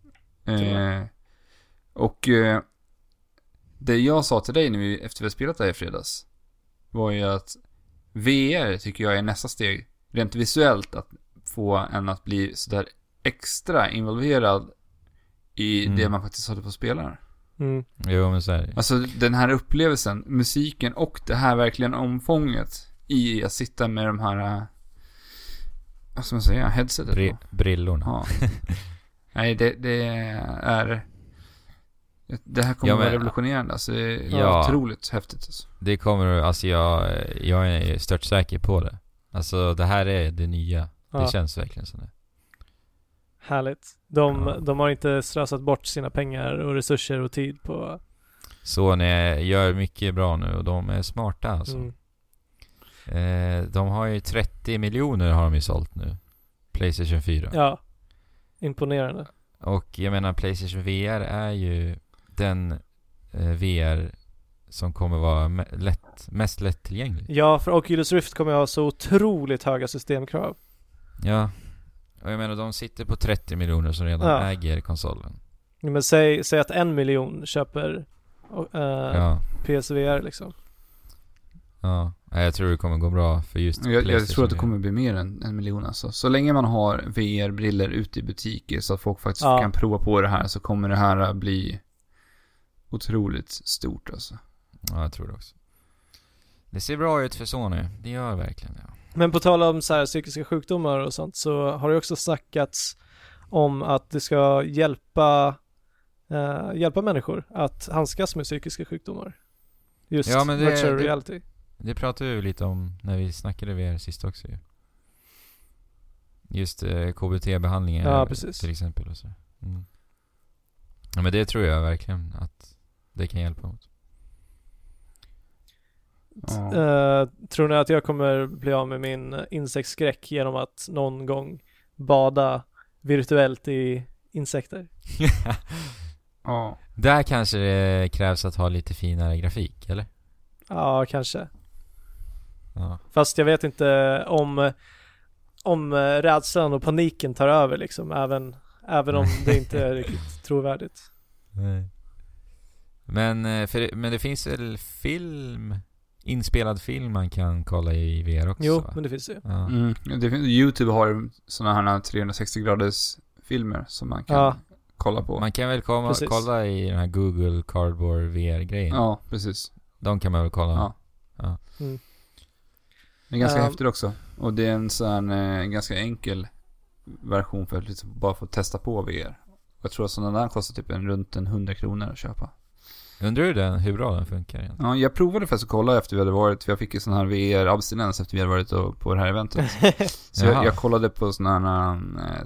Det jag sa till dig nu efter vi har spelat det här i fredags var ju att VR tycker jag är nästa steg rent visuellt, att få en att bli sådär extra involverad i det man faktiskt håller på att spela. Jo, men så är det. Alltså den här upplevelsen, musiken och det här verkligen omfånget i att sitta med de här, vad ska man säga, headsetet brillorna. Ja. Nej, det är... Det här kommer vara revolutionerande. Alltså, det är otroligt häftigt. Alltså. Det kommer... Alltså jag är stört säker på det. Alltså det här är det nya. Det känns verkligen som det. Härligt. De har inte slösat bort sina pengar och resurser och tid på... Sony gör mycket bra nu och de är smarta alltså. De har ju 30 miljoner har de ju sålt nu. PlayStation 4. Ja, imponerande. Och jag menar, PlayStation VR är ju den VR som kommer vara mest lättillgänglig. Ja, för Oculus Rift kommer ha så otroligt höga systemkrav. Ja, och jag menar, de sitter på 30 miljoner som redan äger konsolen. Men säg att 1 miljon köper PSVR liksom. Ja, jag tror det kommer gå bra för just jag tror att det kommer bli mer än 1 miljon alltså. Så länge man har VR-briller ute i butiker så att folk faktiskt kan prova på det här, så kommer det här bli otroligt stort alltså. Ja, jag tror det också. Det ser bra ut för Sony. Det gör verkligen det. Ja. Men på tal om så här psykiska sjukdomar och sånt, så har det också snackats om att det ska hjälpa människor att handskas med psykiska sjukdomar. Just virtual reality. Det pratade vi lite om när vi snackade VR sist också. Just KBT-behandlingar till exempel. Och så. Mm. Ja, men det tror jag verkligen att det kan hjälpa mot. Tror ni att jag kommer bli av med min insektsskräck genom att någon gång bada virtuellt i insekter? Ja. Där kanske det krävs att ha lite finare grafik, eller? Ja, kanske. Ja. Fast jag vet inte om rädslan och paniken tar över liksom, även om det inte är riktigt trovärdigt. Nej. Men det finns väl inspelad film man kan kolla i VR också? Jo, men det finns ju. Ja. YouTube har såna här 360 graders filmer som man kan kolla på. Man kan väl kolla i den här Google Cardboard VR-grejen. Ja, precis. De kan man väl kolla. Ja. Mm. Det är ganska häftigt också. Och det är en sån ganska enkel version för att liksom bara få testa på VR. Jag tror att sådana där kostar typ runt 100 kronor att köpa. Undrar du hur bra den funkar egentligen? Ja, jag provade faktiskt att kolla efter vi hade varit, för jag fick ju sån här VR-abstinens efter vi hade varit på det här eventet. Så jag kollade på såna här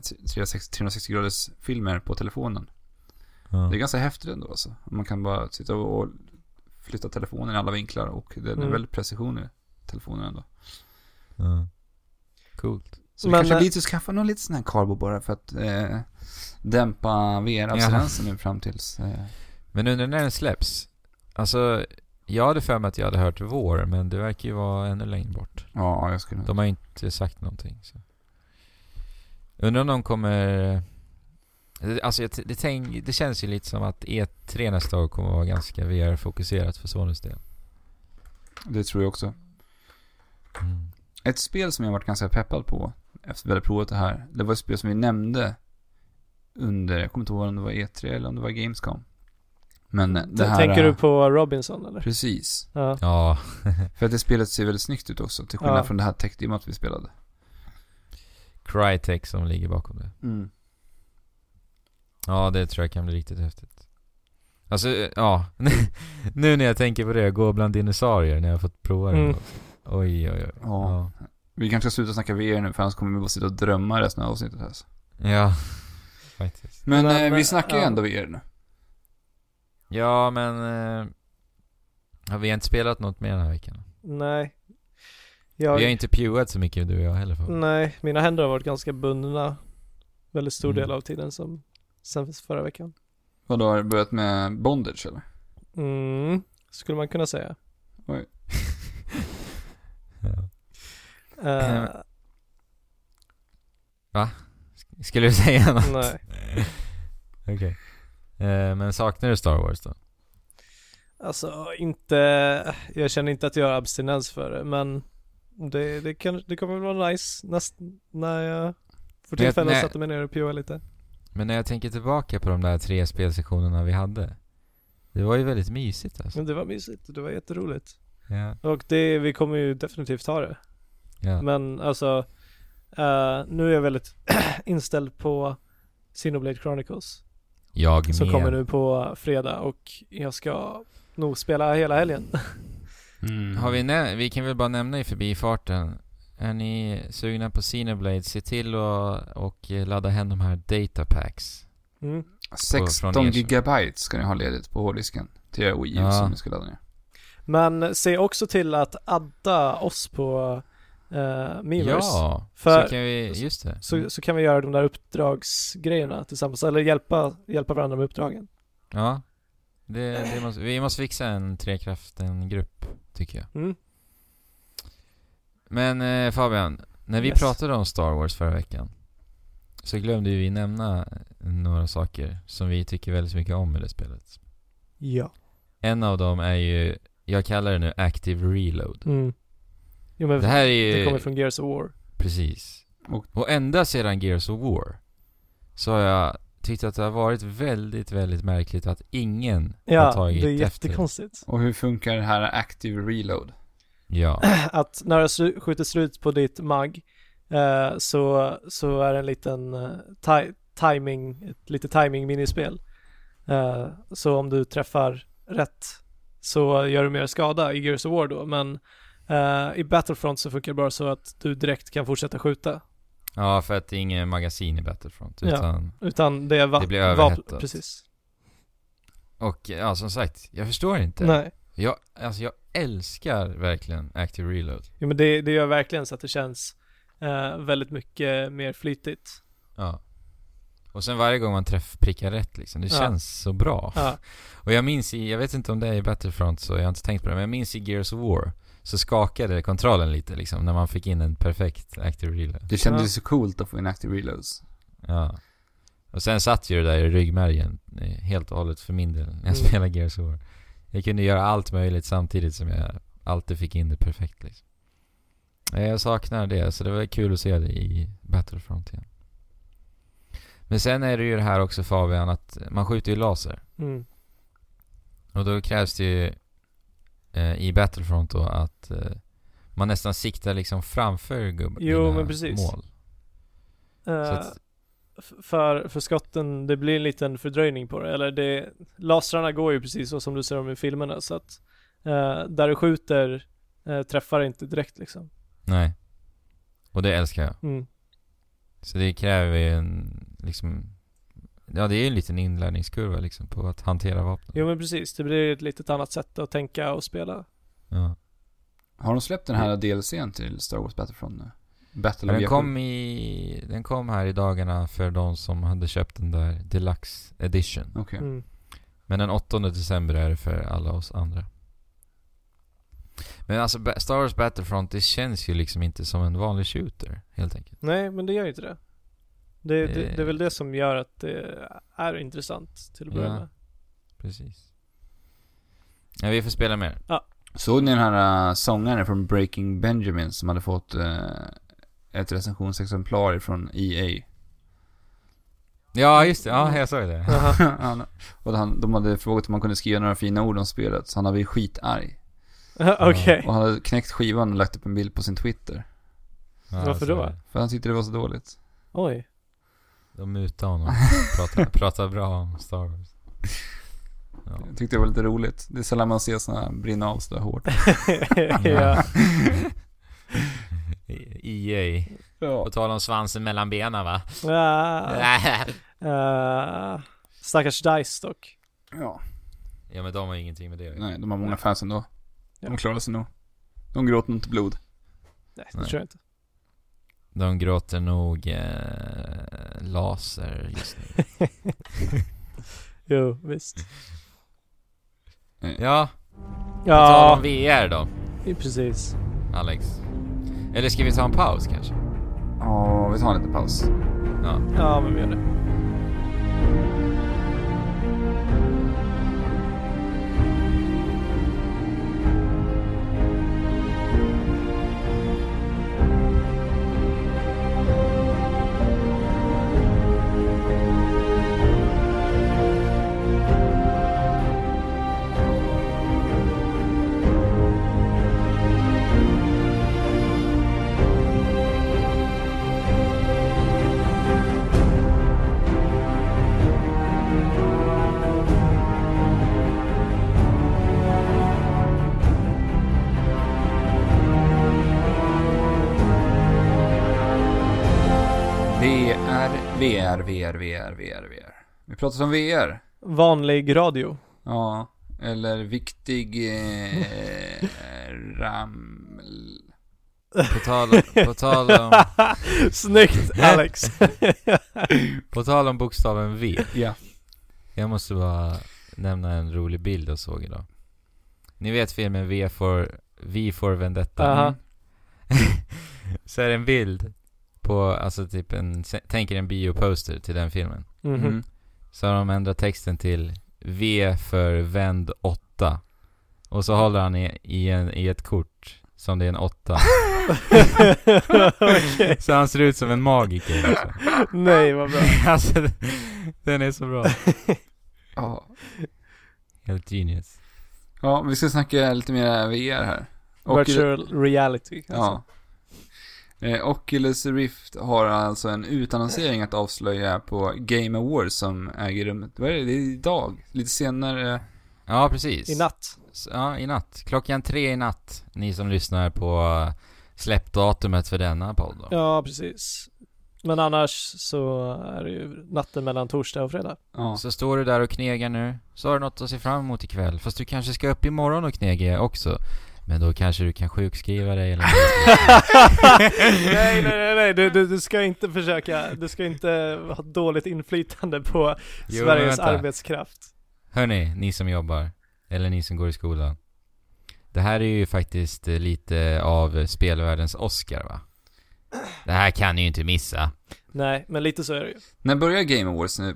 360 graders filmer på telefonen. Ja. Det är ganska häftigt ändå alltså. Man kan bara sitta och flytta telefonen i alla vinklar och det är väldigt precision i telefonen ändå. Ja. Coolt. Så vi kanske lite skaffa någon lite sån här karbo bara för att dämpa VR-abstinensen nu fram tills... Men under när den släpps, alltså jag hade för mig att jag hade hört vår, men det verkar ju vara ännu längre bort. Ja, jag skulle... De har inte sagt någonting. Så. Undrar om de kommer... Alltså det känns ju lite som att E3 nästa år kommer vara ganska VR-fokuserat för Sonys del. Det tror jag också. Mm. Ett spel som jag varit ganska peppad på efter vi hade provat det här, det var ett spel som vi nämnde under, jag kommer inte ihåg om det var E3 eller om det var Gamescom. Men det här... Tänker du på Robinson eller? Precis. Ja. För att det spelet ser väldigt snyggt ut också, till skillnad från det här tech-demot vi spelade. Crytek som ligger bakom det. Mm. Ja, det tror jag kan bli riktigt häftigt. Alltså, ja. Nu när jag tänker på det, gå bland dinosaurier när jag har fått prova det. Oj. Ja. Vi kanske ska sluta snacka VR nu, för annars kommer vi bara sitta och drömma resten av avsnittet här. Så. Ja, faktiskt. Men vi snackar ju ändå VR nu. Ja, men har vi inte spelat något mer den här veckan? Nej. Vi har inte pewat så mycket, du och jag heller. Nej, mina händer har varit ganska bundna väldigt stor del av tiden sen förra veckan. Vadå, har du börjat med bondage eller? Skulle man kunna säga. Oj. Va? Skulle du säga något? Nej. Okej. Men saknar du Star Wars då? Alltså jag känner inte att jag har abstinens för det, men det kommer väl vara nice när jag får tillfälle att sätta mig ner och pua lite. Men när jag tänker tillbaka på de där 3 spelsessionerna vi hade, det var ju väldigt mysigt alltså. Men det var mysigt, det var jätteroligt. Ja. Och vi kommer ju definitivt ha det. Ja. Men alltså nu är jag väldigt inställd på Xenoblade Chronicles. Som kommer nu på fredag, och jag ska nog spela hela helgen. Vi kan väl bara nämna i förbifarten är ni sugna på Xenoblade, se till och ladda hem de här datapacks. 16 gigabyte ska ni ha ledigt på hårddisken till Wii U som ni ska ladda ner. Men se också till att adda oss på Miiverse. Ja, för så kan vi, just det. Så kan vi göra de där uppdragsgrejerna tillsammans, eller hjälpa varandra med uppdragen. Ja, vi måste fixa en Trekraften-grupp, tycker jag. Men Fabian, när vi pratade om Star Wars förra veckan så glömde vi nämna några saker som vi tycker väldigt mycket om i det spelet. Ja. En av dem är ju, jag kallar det nu Active Reload. Jo, men det här är ju, det kommer från Gears of War. Precis. Och ända sedan Gears of War så har jag tyckt att det har varit väldigt, väldigt märkligt att ingen har tagit efter. Ja, det är jättekonstigt. Och hur funkar det här Active Reload? Ja. Att när du skjuter slut på ditt mag så är det en liten ett litet timing minispel. Så om du träffar rätt så gör du mer skada i Gears of War då, men i Battlefront så funkar det bara så att du direkt kan fortsätta skjuta. Ja, för att det är ingen magasin i Battlefront utan det är det blir överhettat. Precis. Och ja, som sagt, jag förstår inte. Nej. Jag älskar verkligen Active Reload. Jo, men det gör verkligen så att det känns väldigt mycket mer flytigt. Ja. Och sen varje gång man prickar rätt liksom, det känns så bra. Ja. Och jag minns jag vet inte om det är i Battlefront, så jag har inte tänkt på det, men jag minns i Gears of War så skakade kontrollen lite liksom när man fick in en perfekt Active Reload. Det kändes så coolt att få in Active Reloads. Ja. Och sen satt ju det där i ryggmärgen helt och hållet för min del när jag spelade Gears of War. Jag kunde göra allt möjligt samtidigt som jag alltid fick in det perfekt liksom. Jag saknar det, så det var kul att se det i Battlefront igen. Men sen är det ju det här också, Fabian, att man skjuter ju laser. Och då krävs det ju i Battlefront då att man nästan siktar liksom framför mål. Så att, för skotten, det blir en liten fördröjning på det. Eller lasrarna går ju precis så som du ser dem i filmerna. Så att där du skjuter träffar inte direkt liksom. Nej. Och det älskar jag. Så det kräver ju det är ju en liten inlärningskurva liksom på att hantera vapen. Jo, men precis. Det blir ett litet annat sätt att tänka och spela. Ja. Har de släppt den här DLC:n till Star Wars Battlefront nu? Den kom här i dagarna för de som hade köpt den där Deluxe Edition. Okay. Men den 8 december är det för alla oss andra. Men alltså Star Wars Battlefront, det känns ju liksom inte som en vanlig shooter, helt enkelt. Nej, men det gör ju inte det. Det är väl det som gör att det är intressant till att börja med. Precis. Ja, vi får spela mer. Ja. Såg ni den här sångaren från Breaking Benjamin som hade fått ett recensionsexemplar från EA? Ja, just det. Ja, jag såg det. Och de hade frågat om man kunde skriva några fina ord om spelet, så han hade blivit skitarg. Okej. Och han hade knäckt skivan och lagt upp en bild på sin Twitter. Ja, varför då? För han tyckte det var så dåligt. Oj. De mutade honom. pratar bra om Star Wars. Ja. Jag tyckte det var lite roligt. Det är sällan man ser såna brinna av så hårt. Ja. EA. På tal om svansen mellan benen, va? Stackars DICE dock. Ja. Ja, men de har ingenting med det. Nej, de har många fans ändå. De klarar sig nog. De gråter inte blod. Nej, det tror jag inte. De gråter nog laser just nu. Jo, visst. Ja. På tal om VR då. Precis. Alex. Eller ska vi ta en paus kanske? Ja, vi tar en liten paus. Ja, men vi gör det. VR. Vi pratar om VR. Vanlig radio. Ja, eller viktig På tal om Snyggt, Alex. på tal om bokstaven V. Ja. Jag måste bara nämna en rolig bild jag såg idag. Ni vet filmen V for Vendetta. Aha. Så är det en bild på, alltså typ tänker en bioposter till den filmen. Mhm. Så har de ändrat texten till V för vänd 8. Och så håller han i ett kort som det är en 8. Okej. Så han ser ut som en magiker liksom. Nej, vad bra. Alltså den är så bra. Ja. Helt genius. Ja, vi ska snacka lite mer VR här. Virtual reality. Ja. Oculus Rift har alltså en utannonsering att avslöja på Game Awards som äger rum. Vad är det? Det är idag. Lite senare. Ja, precis. I natt. Ja, i natt. 3:00 i natt. Ni som lyssnar på släppdatumet för denna podd då. Ja, precis. Men annars så är det ju natten mellan torsdag och fredag. Ja. Så står du där och knegar nu. Så har du något att se fram emot ikväll. Fast du kanske ska upp imorgon och knega också. Men då kanske du kan sjukskriva dig eller nej. Du ska inte försöka. Du ska inte ha dåligt inflytande på Jo, Sveriges vänta. arbetskraft. Hörni, ni som jobbar. Eller ni som går i skolan. Det här är ju faktiskt lite av spelvärldens Oscar, va? Det här kan ni ju inte missa. Nej, men lite så är det ju. När börjar Game Awards nu?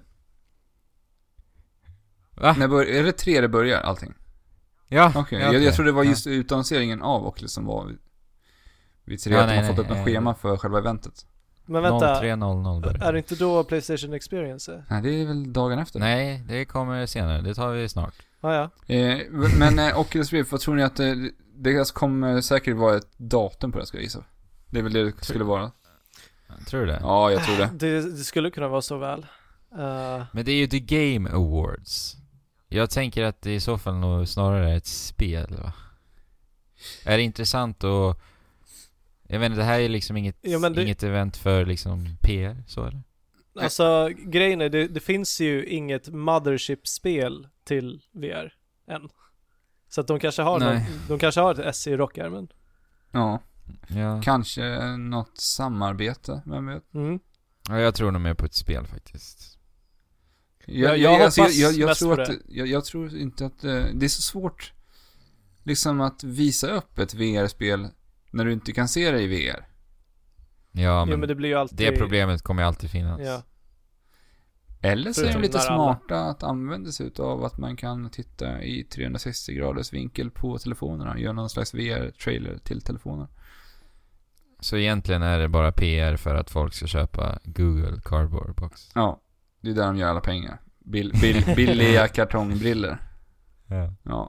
Va? Är det 3 det börjar allting? Ja. Okej, ja, jag tror det var just utannonseringen av Oculus som var vid 3 att de har fått upp en schema för själva eventet. Men vänta, 03:00 börjar. är det inte då PlayStation Experience? Nej, det är väl dagen efter. Nej, det kommer senare. Det tar vi snart. Ja. Men Oculus Rift, vad tror ni att det kommer säkert vara ett datum på det, ska jag gissa? Det är väl det skulle vara. Tror du det? Ja, jag tror det. Det skulle kunna vara så väl. Men det är ju The Game Awards. Jag tänker att det i så fall nog snarare är ett spel, va? Är det intressant och... Jag vet inte, det här är liksom inget event för liksom PR, så är det? Alltså, grejen är, det finns ju inget Mothership-spel till VR än. Så att de kanske har ett S i rockärmen. Ja, Ja. kanske något samarbete, vem vet? Mm. Ja, jag tror nog mer på ett spel faktiskt. Jag tror inte att det är så svårt liksom att visa upp ett VR-spel när du inte kan se det i VR. Ja, men det blir ju alltid... det problemet kommer ju alltid finnas. Ja. Eller så är de Förutom lite när smarta att använda sig av att man kan titta i 360 graders vinkel på telefonerna. Göra någon slags VR-trailer till telefonen. Så egentligen är det bara PR för att folk ska köpa Google Cardboard Box. Ja, det är där de gör alla pengar. Billiga kartongbriller. Ja.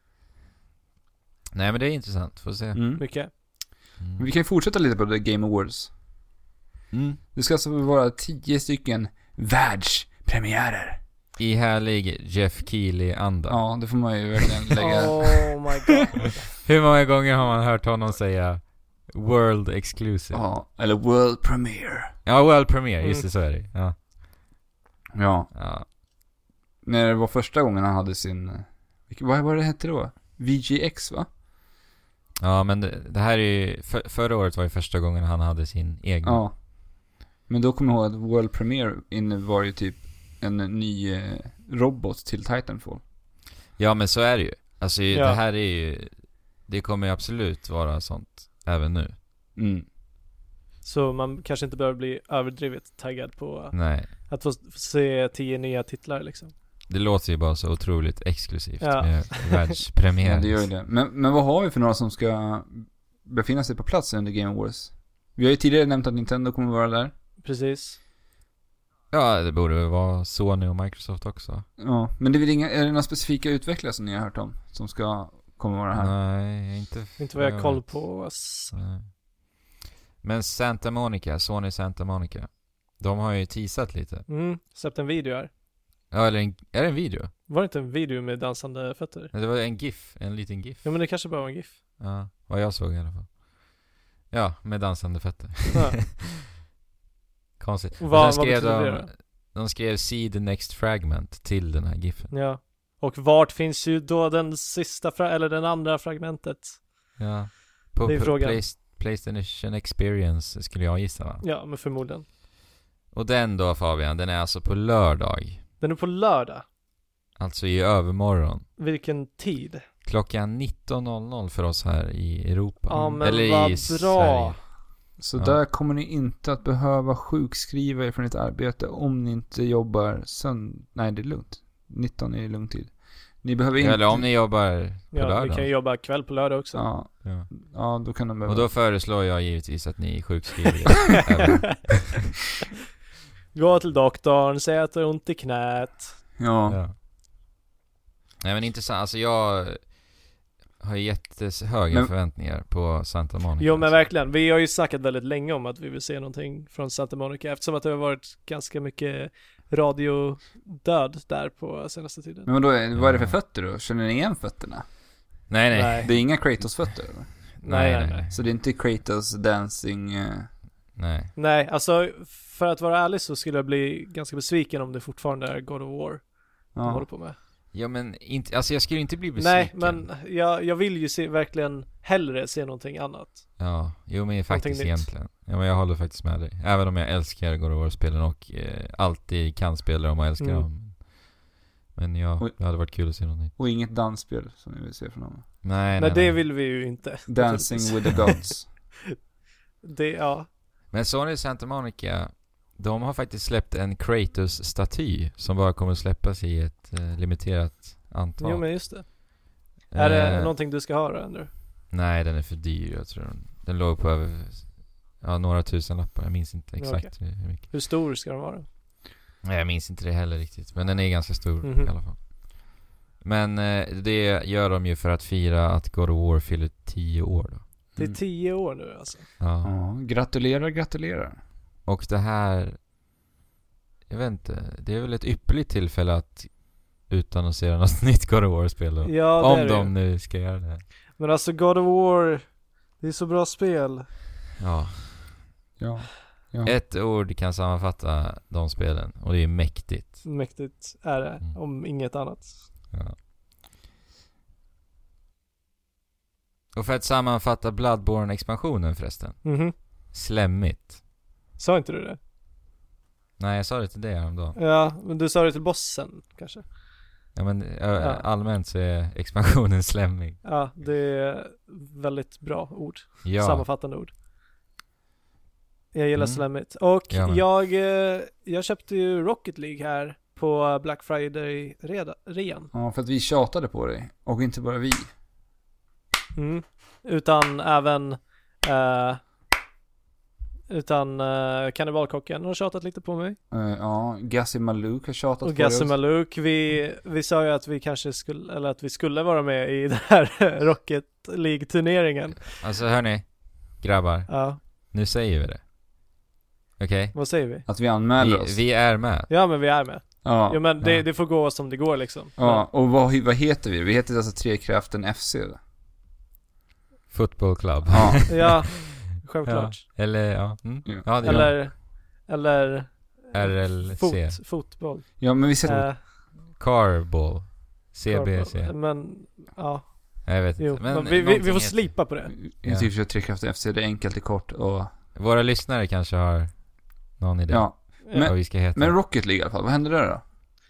Nej, men det är intressant. Får se. Mycket. Vi kan fortsätta lite på The Game Awards. Det ska alltså vara 10 stycken världspremiärer. I härlig Jeff Keighley-anda. Ja, det får man ju verkligen lägga. Oh my god. Hur många gånger har man hört honom säga World Exclusive? Ja, eller World Premiere. Ja, World Premiere, just det, så är det. Ja. Ja. När det var första gången han hade sin... Vad var det hette då? VGX, va? Ja, men det här är ju... Förra året var ju första gången han hade sin egen. Ja. Men då kommer jag ihåg att World Premiere innebar ju typ en ny robot till Titanfall. Ja, men så är det ju. Alltså det här är ju... Det kommer ju absolut vara sånt även nu. Så man kanske inte behöver bli överdrivet taggad på att få se 10 nya titlar liksom. Det låter ju bara så otroligt exklusivt med världspremiär. Ja, det gör ju det. Men vad har vi för några som ska befinna sig på plats under Game Awards? Vi har ju tidigare nämnt att Nintendo kommer vara där. Precis. Ja, det borde väl vara Sony och Microsoft också. Ja, men det är det några specifika utvecklare som ni har hört om som kommer vara här? Nej, inte vad jag har koll på. Nej. Men Sony Santa Monica, de har ju teasat lite. Släppt en video här. Ja, eller är det en video? Var det inte en video med dansande fötter? Det var en liten GIF. Ja, men det kanske bara var en GIF. Ja, vad jag såg i alla fall. Ja, med dansande fötter. Ja. konstigt. Och Vad sen skrev betyder det då? de skrev see the next fragment till den här giffen. Ja. Och vart finns ju då den sista eller den andra fragmentet? Ja. På Det är frågan. PlayStation Experience skulle jag gissa, va? Ja, men förmodligen. Och den då, Fabian, den är alltså på lördag. Den är på lördag. Alltså i övermorgon. Vilken tid? Klockan 19.00 för oss här i Europa. Ja, men eller vad i bra. Sverige. Så Ja. där kommer ni inte att behöva sjukskriva er från ett arbete om ni inte jobbar Nej, det är lugnt. 19 är lugn tid. Ni behöver inte... Eller om ni jobbar på Ja, lördag. vi kan ju jobba kväll på lördag också. Ja, Ja. ja, då kan de behöva... Och då föreslår jag givetvis att ni sjukskriver er. Gå till doktorn, säg att det är ont i knät. Ja. Ja. Nej, men intressant. Alltså jag har jättehöga förväntningar på Santa Monica. Jo, men verkligen. Vi har ju snackat väldigt länge om att vi vill se någonting från Santa Monica, eftersom att det har varit ganska mycket radiodöd där på senaste tiden. Men vad är det för fötter då? Känner ni igen fötterna? Nej. Nej. Det är inga Kratos-fötter, eller? Nej. Så det är inte Kratos dancing... Nej. Nej, alltså för att vara ärlig så skulle jag bli ganska besviken om det fortfarande är God of War de håller på med. Ja, men inte, alltså jag skulle inte bli besviken. Nej, men jag vill ju verkligen hellre se någonting annat. Ja, jo men faktiskt Någonting egentligen. Ja, men jag håller faktiskt med dig. Även om jag älskar God of War-spelen och alltid kan spela dem och älskar dem. Men ja, det hade varit kul att se något nytt. Och inget dansspel som ni vill se från dem. Nej, det vill vi ju inte. Dancing with the gods. Ja. Men Sony Santa Monica, de har faktiskt släppt en Kratos-staty som bara kommer att släppas i ett limiterat antal. Jo, men just det. Är det någonting du ska ha då, Andrew? Nej, den är för dyr, jag tror. Den låg på över några tusen lappar. Jag minns inte exakt hur mycket. Hur stor ska den vara? Nej, jag minns inte det heller riktigt. Men den är ganska stor i alla fall. Men det gör de ju för att fira att God of War fyller 10 år då. Det är 10 år nu alltså. Ja. Gratulerar. Och det här, jag vet inte, det är väl ett ypperligt tillfälle att utannonsera något nytt God of War-spel då. Ja, om de nu ska göra det. Men alltså God of War, det är så bra spel. Ja. Ett ord kan sammanfatta de spelen, och det är mäktigt. Mäktigt är det, om inget annat. Ja. Och för att sammanfatta Bloodborne-expansionen förresten. Slemmigt. Sa inte du det? Nej, jag sa det till dig häromdagen. Ja, men du sa det till bossen kanske. Ja, men allmänt så är expansionen slemmig. Ja, det är väldigt bra ord. Ja. Sammanfattande ord. Jag gillar slemmigt. Och jag köpte ju Rocket League här på Black Friday-rean. Ja, för att vi tjatade på dig. Och inte bara vi. Utan även Kannibalkocken har tjatat lite på mig. Gassi Maluk har tjatat och på dig. Och Gassi Maluk, vi sa ju att vi kanske skulle vara med i den här Rocket League-turneringen. Alltså hörni, grabbar. Ja. Nu säger vi det. Okej? Vad säger vi? Att vi anmäler oss. Vi är med. Ja, men vi är med. Ja. Jo, men det får gå som det går liksom. Ja, och vad heter vi? Vi heter alltså Trekraften FC. Football Club. Ja. Ja, självklart. Ja. Eller, ja, det eller RLC. Fotboll. Ja, men vi sätter... Carball. CBC. Men, ja. Jag vet inte. Men vi får slipa på det. Jag tycker att Trekraften FC, det är enkelt, det är kort och... Våra lyssnare kanske har någon idé. Ja. Vad vi ska heta. Men Rocket League i alla fall, vad händer där då?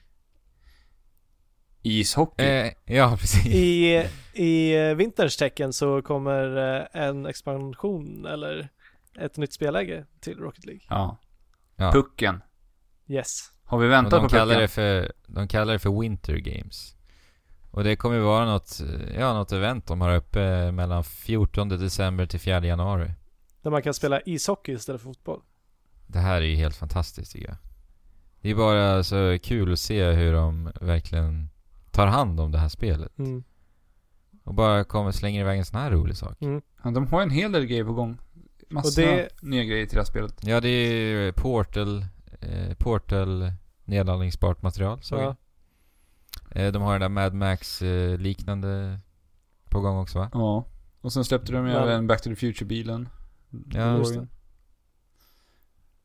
Ishockey? Ja, precis. I vinterns tecken så kommer en expansion eller ett nytt spelläge till Rocket League. Ja. Ja. Pucken. Yes. Har vi väntat på pucken? De kallar det för Winter Games. Och det kommer ju vara något event de har uppe mellan 14 december till 4 januari. Där man kan spela ishockey istället för fotboll. Det här är ju helt fantastiskt, tycker jag. Det är bara så kul att se hur de verkligen tar hand om det här spelet. Och bara slänger iväg en sån här rolig sak. Ja, de har en hel del grejer på gång. Massa nya grejer till det här spelet. Ja, det är Portal nedladdningsbart material. Så de har den där Mad Max liknande på gång också, va? Ja. Och sen släppte de även Back to the Future-bilen. Ja, just det.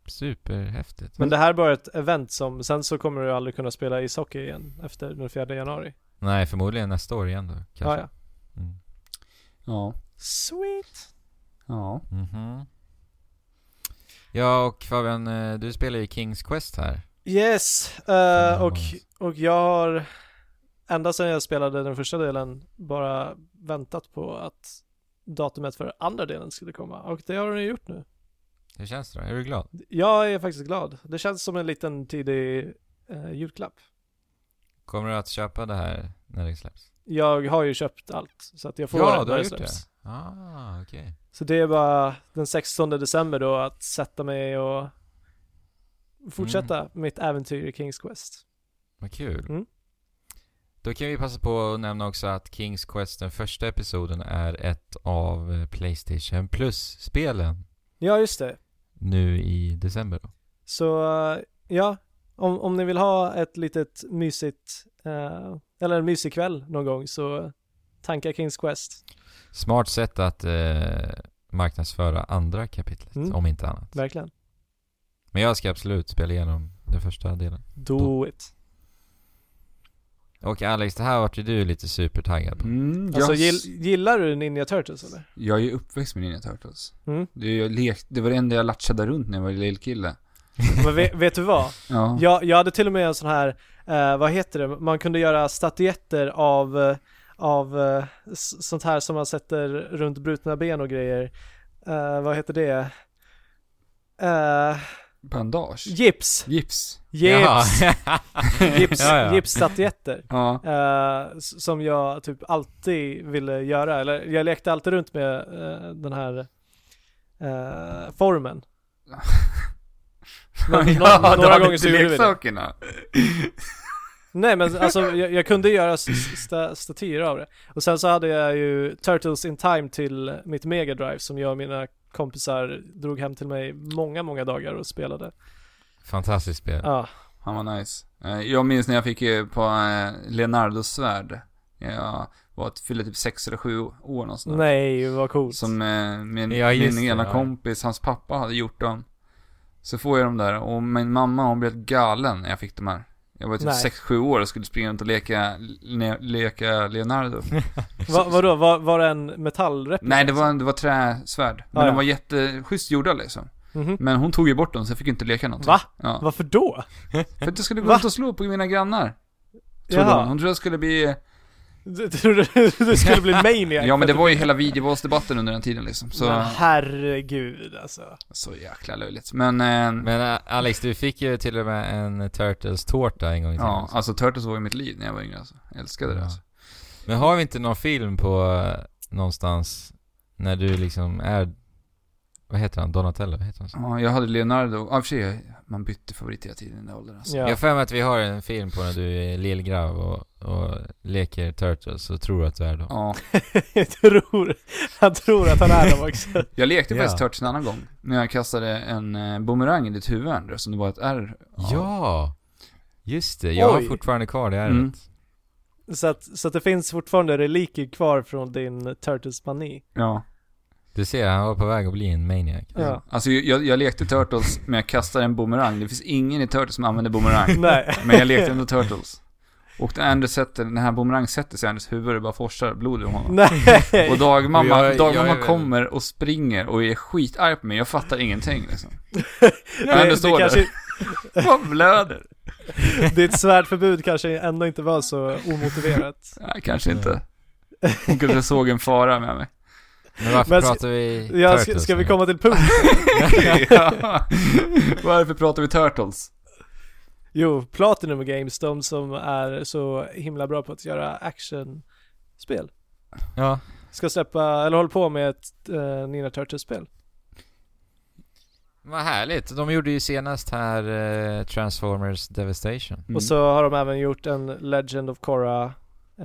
superhäftigt. Men det här är bara ett event som, sen så kommer du aldrig kunna spela ishockey igen efter den 4 januari. Nej, förmodligen nästa år igen då. Kanske. Ja. Mm. Ja. Sweet. Ja. Mhm. Ja, och Fabian, du spelar ju King's Quest här. Yes, och jag har ända sedan jag spelade den första delen bara väntat på att datumet för andra delen skulle komma. Och det har den gjort nu. Hur känns det då? Är du glad? Jag är faktiskt glad. Det känns som en liten tidig julklapp. Kommer du att köpa det här när det släpps? Jag har ju köpt allt, så att jag får Ja, det du har när det gjort släpps. det. Ah, okej. Så det är bara den 16 december då att sätta mig och fortsätta mitt äventyr i King's Quest. Vad kul. Mm. Då kan vi passa på att nämna också att King's Quest, den första episoden, är ett av PlayStation Plus-spelen Ja, just det. nu i december då. Så ja, om ni vill ha ett litet mysigt eller en mysig kväll någon gång, så tanka King's Quest. Smart sätt att marknadsföra andra kapitlet, om inte annat. Verkligen. Men jag ska absolut spela igenom den första delen. Do it. Och Alex, det här vart ju du lite supertaggad på. Alltså gillar du Ninja Turtles eller? Jag är ju uppväxt med Ninja Turtles. Mm. Det var det enda jag latchade runt när jag var lillkille. Men vet du vad? Ja. Jag hade till och med en sån här vad heter det? Man kunde göra statyetter av sånt här som man sätter runt brutna ben och grejer. Vad heter det? Bandage. Gips. Ja. Gipsstatyetter. Ja. Som jag typ alltid ville göra. Eller jag lekte alltid runt med den här formen. Några gånger så gjorde vi det. Nej, men alltså jag kunde göra statyer av det. Och sen så hade jag ju Turtles in Time till mitt Mega Drive som jag och mina kompisar drog hem till mig många dagar och spelade. Fantastiskt spel. Ja. Han var nice. Jag minns när jag fick på Leonardos svärd. Jag fyllde typ 6 eller 7 år någonstans. Nej, vad coolt. Som min ena kompis, hans pappa hade gjort dem. Så får jag dem där. Och min mamma, hon blev galen när jag fick dem här. Jag var typ 6-7 år och skulle springa runt och leka Leonardo. Vadå? Var det en metallreplika? Nej, det var träsvärd. Men de var jätteschysst gjorda liksom. Mm-hmm. Men hon tog ju bort dem så jag fick inte leka någonting. Va? Ja. Varför då? För att jag skulle gå ut och slå på mina grannar. Hon trodde jag skulle bli... Du trodde du skulle bli maniac? Ja, men det var ju hela videovåldsdebatten under den tiden liksom. Så... Men herregud alltså. Så jäkla löjligt. Men Alex, du fick ju till och med en Turtles-tårta en gång i tiden. Ja, alltså Turtles var ju mitt liv när jag var yngre alltså. Jag älskade det alltså. Men har vi inte någon film på någonstans när du liksom är... Vad heter han? Donatello? Vad heter han så? Ja, jag hade Leonardo. Ja, för sig, man bytte favorit hela tiden i den där åldern alltså. Jag har för mig att vi har en film på när du är lillgrav och leker Turtles och tror att du är dem. Ja. Han tror att han är dem också. Jag lekte faktiskt Turtles en annan gång. När jag kastade en bumerang i ditt huvud som det var ett R. Ja, just det. Jag har fortfarande kvar det ärret. Så att det finns fortfarande reliker kvar från din Turtles-mani. Ja. Du ser, han var på väg att bli en maniac. Ja. Alltså jag lekte Turtles men jag kastade en bumerang. Det finns ingen i Turtles som använder bumerang. Nej. Men jag lekte ändå Turtles. Och när Anders den här bumerang sätter sig i Anders huvud och bara forsar blod ur honom. Nej. Och dagmamma kommer och springer och är skitarg på mig. Jag fattar ingenting liksom. Anders står där. Vad blöder. Ditt svärdförbud kanske ändå inte var så omotiverat. Nej, kanske inte. Hon kanske såg en fara med mig. Men varför pratar vi Turtles? Ska vi komma till punkt? Ja. Varför pratar vi Turtles? Jo, Platinum Games, de som är så himla bra på att göra actionspel. Ja. Ska släppa, eller håller på med ett Ninja Turtles-spel. Vad härligt. De gjorde ju senast här Transformers Devastation. Och så har de även gjort en Legend of Korra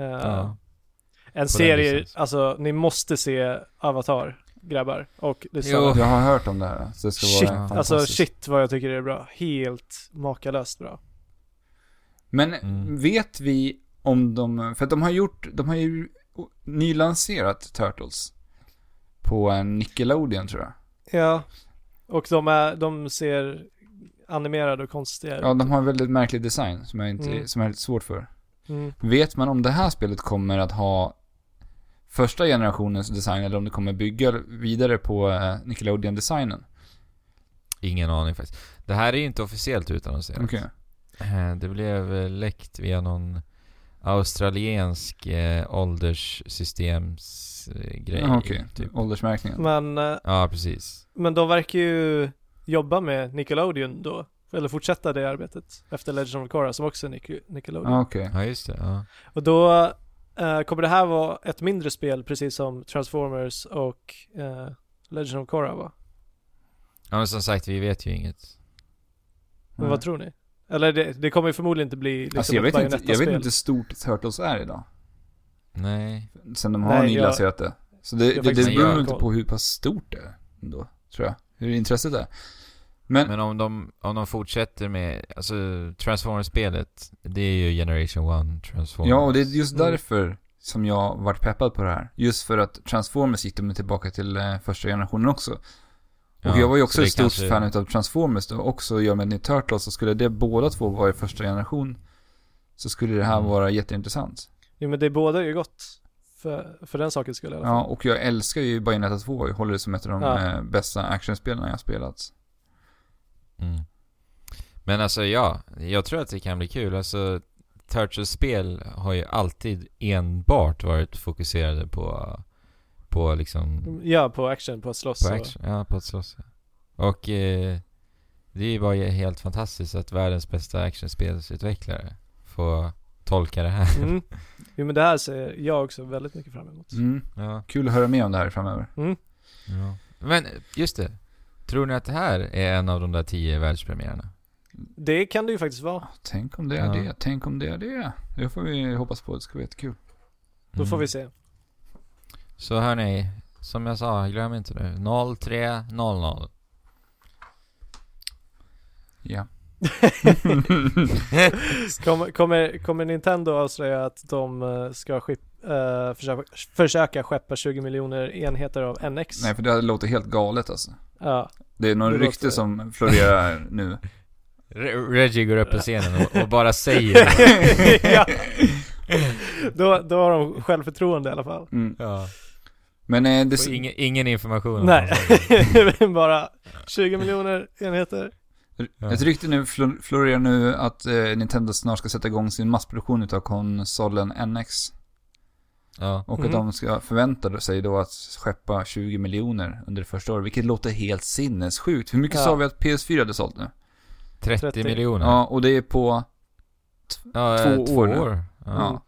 en serie, alltså ni måste se Avatar, grabbar. Och jag har hört om det här. Så det ska vara fantastiskt. Alltså shit vad jag tycker det är bra. Helt makalöst bra. Men vet vi om för att de har ju nylanserat Turtles på en Nickelodeon tror jag. Ja. Och de ser animerade och konstiga ut. Ja, de har en väldigt märklig design som jag som är lite svårt för. Vet man om det här spelet kommer att ha första generationens design eller om det kommer bygga vidare på Nickelodeon-designen? Ingen aning faktiskt. Det här är ju inte officiellt utannonserat. Okej. Det blev läckt via någon australiensk ålderssystems-grej. Okej, typ. åldersmärkningen. Men, Ja, precis. men de verkar ju jobba med Nickelodeon då. Eller fortsätta det arbetet efter Legend of Korra som också är Nickelodeon. Okej. Ja, just det. Ja. Och då kommer det här vara ett mindre spel precis som Transformers och Legend of Korra va? Ja, men som sagt, vi vet ju inget. Men vad tror ni? Eller det kommer ju förmodligen inte bli liksom Alltså jag vet inte Bayonetta-spel. hur stort Turtles är idag. Nej. Sen de har nylanserat det. Så det beror inte på hur pass stort det är ändå, tror jag. Hur intresset är. Men om de fortsätter med, alltså Transformers-spelet, det är ju Generation 1 Transformers. Ja, och det är just därför som jag varit peppad på det här. Just för att Transformers gick de tillbaka till första generationen också. Och jag var ju också ett stort fan av Transformers då, också gör med Ninja Turtles, så skulle det båda två vara i första generation så skulle det här vara jätteintressant. Jo, men det båda är ju gott för den saken skulle i alla fall. Ja, och jag älskar ju Bayonetta 2. Jag håller det som ett av de bästa actionspelarna jag har spelat. Men alltså jag tror att det kan bli kul. Alltså Turtles-spel har ju alltid enbart varit fokuserade på liksom... Ja, på action, på att slåss. På action, ja, på att slåss. Och det är ju bara helt fantastiskt att världens bästa actionspelsutvecklare får tolka det här. Jo, men det här ser jag också väldigt mycket fram emot. Ja. Kul att höra mer om det här framöver. Ja. Men just det. Tror ni att det här är en av de där 10 världspremiärerna? Det kan det ju faktiskt vara. Tänk om det är det. Tänk om det är det. Det får vi hoppas på. Det ska bli jättekul. Då får vi se. Så hörni, som jag sa, glöm inte nu. 03:00. Ja. kommer Nintendo avslöja att de ska försöka skeppa 20 miljoner enheter av NX? Nej, för det låter helt galet alltså. Ja. Det är någon rykte som florerar nu. Reggie går upp på scenen och bara säger det. Ja. Då har de självförtroende i alla fall. Ja. Men det ingen information. Nej. Bara 20 miljoner enheter. Ett rykte nu florerar nu att Nintendo snart ska sätta igång sin massproduktion utav konsolen NX. Ja. Och att de ska förvänta sig då att skeppa 20 miljoner under det första året. Vilket låter helt sinnessjukt. Hur mycket sa vi att PS4 hade sålt nu? 30 miljoner. Ja, och det är på 2 år. Ja.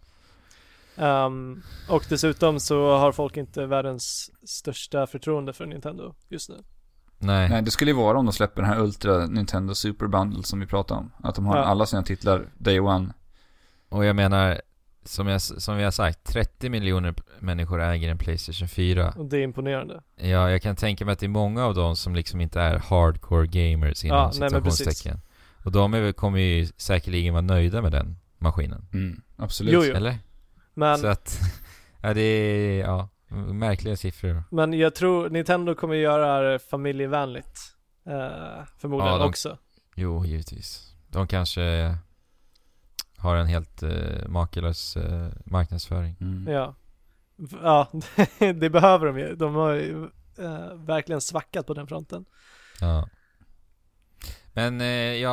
Och dessutom så har folk inte världens största förtroende för Nintendo just nu. Nej, det skulle ju vara om de släpper den här Ultra Nintendo Super Bundle som vi pratade om. Att de har alla sina titlar Day One. Och jag menar, som vi har sagt, 30 miljoner människor äger en PlayStation 4. Och det är imponerande. Ja, jag kan tänka mig att det är många av dem som liksom inte är hardcore gamers inom situationstecken. Och de kommer ju säkerligen vara nöjda med den maskinen. Absolut. Jo. Eller? Men, så att, det är, märkliga siffror. Men jag tror Nintendo kommer göra det familjevänligt. Förmodligen också. Jo, givetvis. De kanske har en helt makalös marknadsföring. Ja, det behöver de ju. De har ju verkligen svackat på den fronten. Ja. Men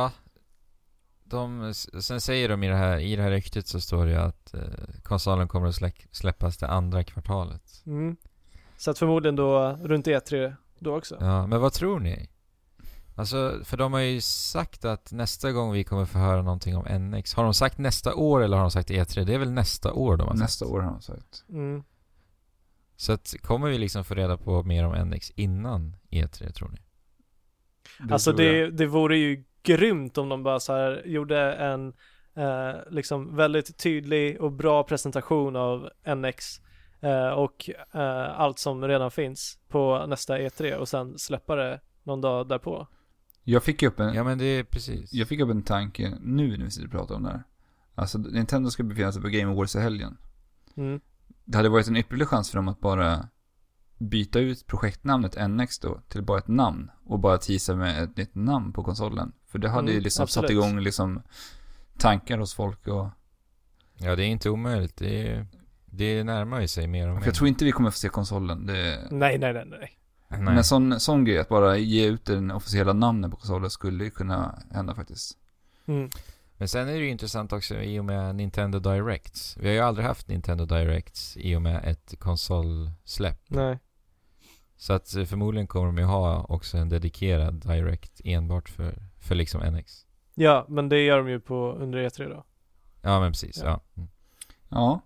sen säger de i det här ryktet så står det att konsolen kommer att släppas det andra kvartalet. Så att förmodligen då runt E3 då också. Ja, men vad tror ni? Alltså, för de har ju sagt att nästa gång vi kommer få höra någonting om NX. Har de sagt nästa år eller har de sagt E3? Det är väl nästa år de har sagt. Nästa år har de sagt. Så att kommer vi liksom få reda på mer om NX innan E3, tror ni? Alltså det vore ju grymt om de bara så här gjorde en liksom väldigt tydlig och bra presentation av NX och allt som redan finns på nästa E3 och sen släppa det någon dag därpå. Jag fick upp en... Ja, men det är precis. Jag fick upp en tanke nu när vi sitter och pratar om det här. Alltså, Nintendo ska befinna sig på Game Awards i helgen. Det hade varit en ypperlig chans för dem att bara byta ut projektnamnet NX då till bara ett namn och bara teasa med ett nytt namn på konsolen. För det hade ju liksom absolut. satt igång liksom tankar hos folk och Ja, det är inte omöjligt. Det närmar ju sig mer och mer. jag tror inte vi kommer få se konsolen. Nej. Men sån grej att bara ge ut den officiella namnen på konsolen skulle ju kunna hända faktiskt. Mm. Men sen är det ju intressant också i och med Nintendo Directs. Vi har ju aldrig haft Nintendo Directs i och med ett konsolsläpp. Nej. Så att förmodligen kommer de ju ha också en dedikerad Direct enbart för liksom NX. Ja, men det gör de ju under E3 då. Ja, men precis. Ja. Ja.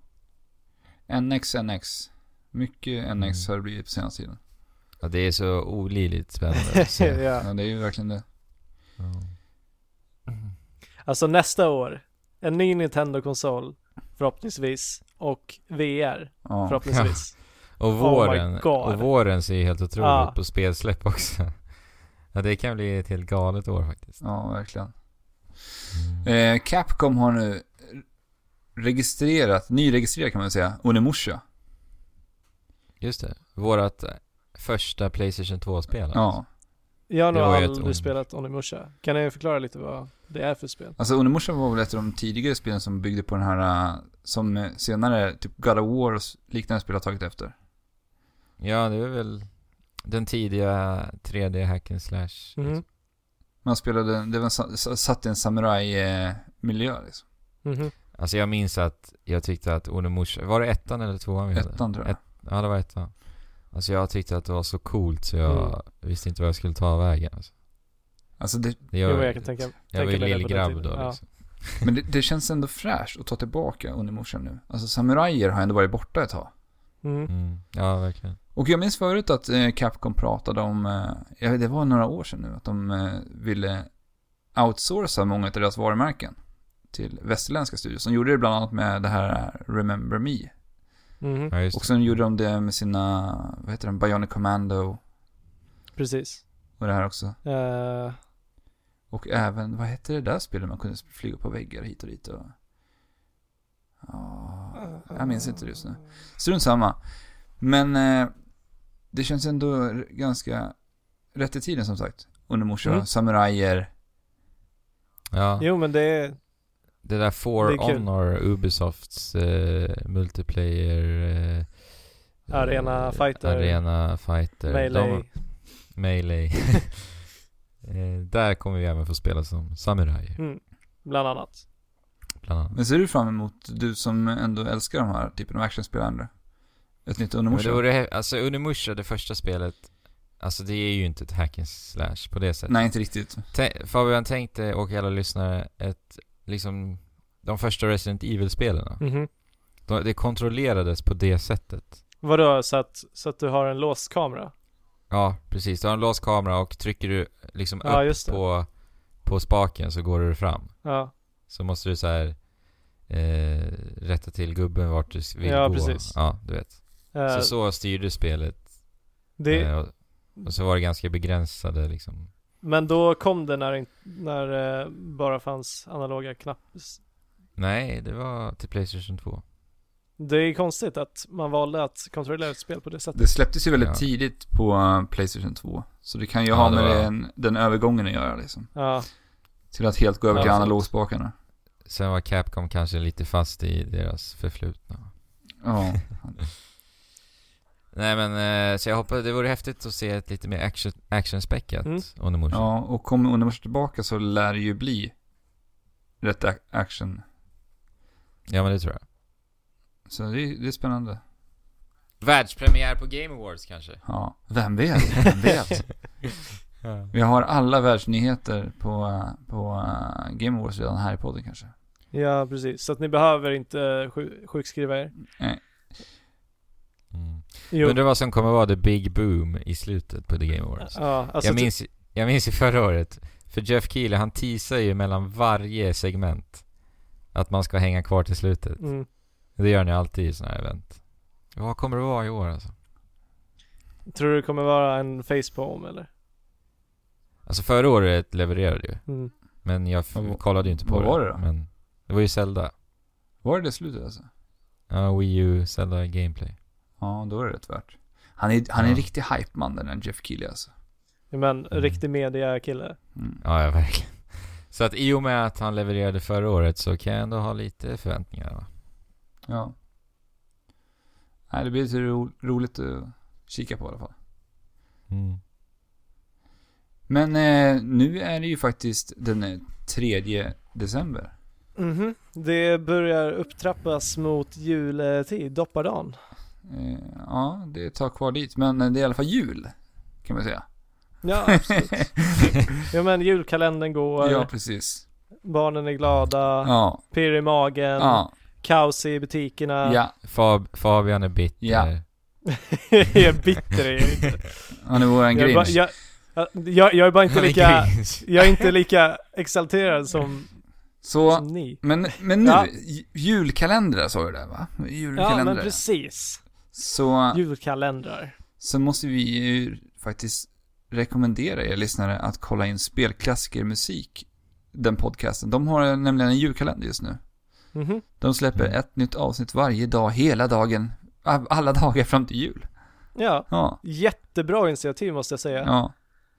NX. Mycket NX har det blivit på senaste tiden. Ja, det är så olidligt spännande att se. Ja. Ja, det är ju verkligen det. Alltså nästa år, en ny Nintendo-konsol förhoppningsvis och VR Ja. förhoppningsvis. Och våren ser ju helt otroligt ut på spelsläpp också. Ja, det kan bli ett helt galet år faktiskt. Ja, verkligen. Capcom har nu nyregistrerat kan man säga, Onimusha. Just det. Vårat första PlayStation 2-spel. Ja. Jag har nog Det var ju aldrig ett spelat Onimusha. Kan ni förklara lite vad det är för spel? Alltså Onimusha var väl ett av de tidigare spelen som byggde på den här som senare typ God of War och liknande spel har tagit efter. Ja, det är väl den tidiga 3D hack and slash. Mm. Man spelade, det var satt i en samurai-miljö liksom. Mhm. Alltså jag minns att jag tyckte att Onimusha, var det ettan eller tvåan vi hade? Ettan tror jag. Ja, det var ettan. Alltså jag tyckte att det var så coolt så jag visste inte vad jag skulle ta vägen. Alltså det jag kan tänka jag var ju mig lillgrabb då ja. liksom. Men det känns ändå fräscht att ta tillbaka Onimusha nu. Alltså samuraier har ändå varit borta ett tag. Ja, verkligen. Och jag minns förut att Capcom pratade om, det var några år sedan nu, att de ville outsourca många av deras varumärken till västerländska studios. De gjorde det bland annat med det här Remember Me. Mhm. Ja, just Och sen gjorde de det med sina, vad heter den, Bionic Commando Precis. och det här också. Eh, Och även, vad heter det där spelet man kunde flyga på väggar hit och dit och... Ja, jag minns inte det just nu. Strunt samma. Men det känns ändå ganska rätt i tiden som sagt. Onimusha, samuraier. Ja. Jo, men det Det där For Det är kul. Honor, Ubisofts multiplayer Arena Fighter. Melee. Där kommer vi även få spela som samurai. Bland annat. Men ser du fram emot, du som ändå älskar de här typen av actionspel ändå? Ett nytt Onimusha? Alltså Onimusha, det första spelet, alltså det är ju inte ett hack and slash på det sättet. Nej, inte riktigt. Fabian tänkte, och alla lyssnare, liksom de första Resident Evil-spelarna. Mhm. Det kontrollerades på det sättet. Vadå, så att du har en låst kamera? Ja, precis. Du har en låst kamera och trycker du liksom Ja, upp just det. på spaken så går du fram. Ja. Så måste du så här rätta till gubben vart du vill Ja, gå. precis. Ja, du vet. Så styrde spelet. Och så var det ganska begränsade liksom. Men då kom det när bara fanns analoga knappar. Nej, det var till PlayStation 2. Det är konstigt att man valde att kontrollera ett spel på det sättet. Det släpptes ju väldigt tidigt på PlayStation 2. Så det kan ju ha med den övergången att göra liksom. Ja. Till att helt gå över till analogspakarna. Sen var Capcom kanske lite fast i deras förflutna. Ja. Nej men, så jag hoppas det vore häftigt att se ett lite mer action-späckat Onimusha. Ja, och kommer Onimusha tillbaka så lär det ju bli rätt action. Ja, men det tror jag. Så det är spännande. Världspremiär på Game Awards kanske? Ja, vem vet? Ja. Vi har alla världsnyheter på Game Awards redan här i podden kanske. Ja, precis. Så att ni behöver inte sjukskriva er. Nej. Undrar vad som kommer vara the big boom i slutet på The Game Awards. Ja, alltså jag minns i förra året, för Jeff Keighley, han teasar ju mellan varje segment att man ska hänga kvar till slutet. Det gör ni alltid i såna här event. Vad kommer det vara i år alltså? Tror du det kommer vara en facepalm eller? Alltså förra året levererade ju. Men jag kollade ju inte på vad var det då? Men det var ju Zelda. Var det slutet alltså? Ja, Wii U, Zelda gameplay. Ja, då är det rätt värt. Han är en riktig hype-man, den här Jeff Keighley alltså. Men riktig media-kille. Ja, verkligen. Så att i och med att han levererade förra året så kan jag ändå ha lite förväntningar, va? Ja. Nej, det blir lite roligt att kika på i alla fall. Mm. Men nu är det ju faktiskt den 3 december. Det börjar upptrappas mot jultid, doppardagen. Ja, det är ett tag kvar dit. Men det är i alla fall jul, kan man säga. Ja, absolut. Ja, men julkalendern går. Ja, precis. Barnen är glada. Ja. Pirr i magen. Ja. Kaos i butikerna. Ja. Fabian är bitter. Ja. Jag är bitter, är jag inte. Han är våran Grinch. Jag är bara inte lika... Jag är inte lika exalterad som ni. Men nu, julkalendrar sa du där, va? Julkalendrar. Ja, men precis. Så julkalendrar. Så måste vi ju faktiskt rekommendera er lyssnare att kolla in Spelklassiker musik, den podcasten. De har nämligen en julkalender just nu. De släpper ett nytt avsnitt varje dag, hela dagen, alla dagar fram till jul. Ja. Jättebra initiativ, måste jag säga. Ja.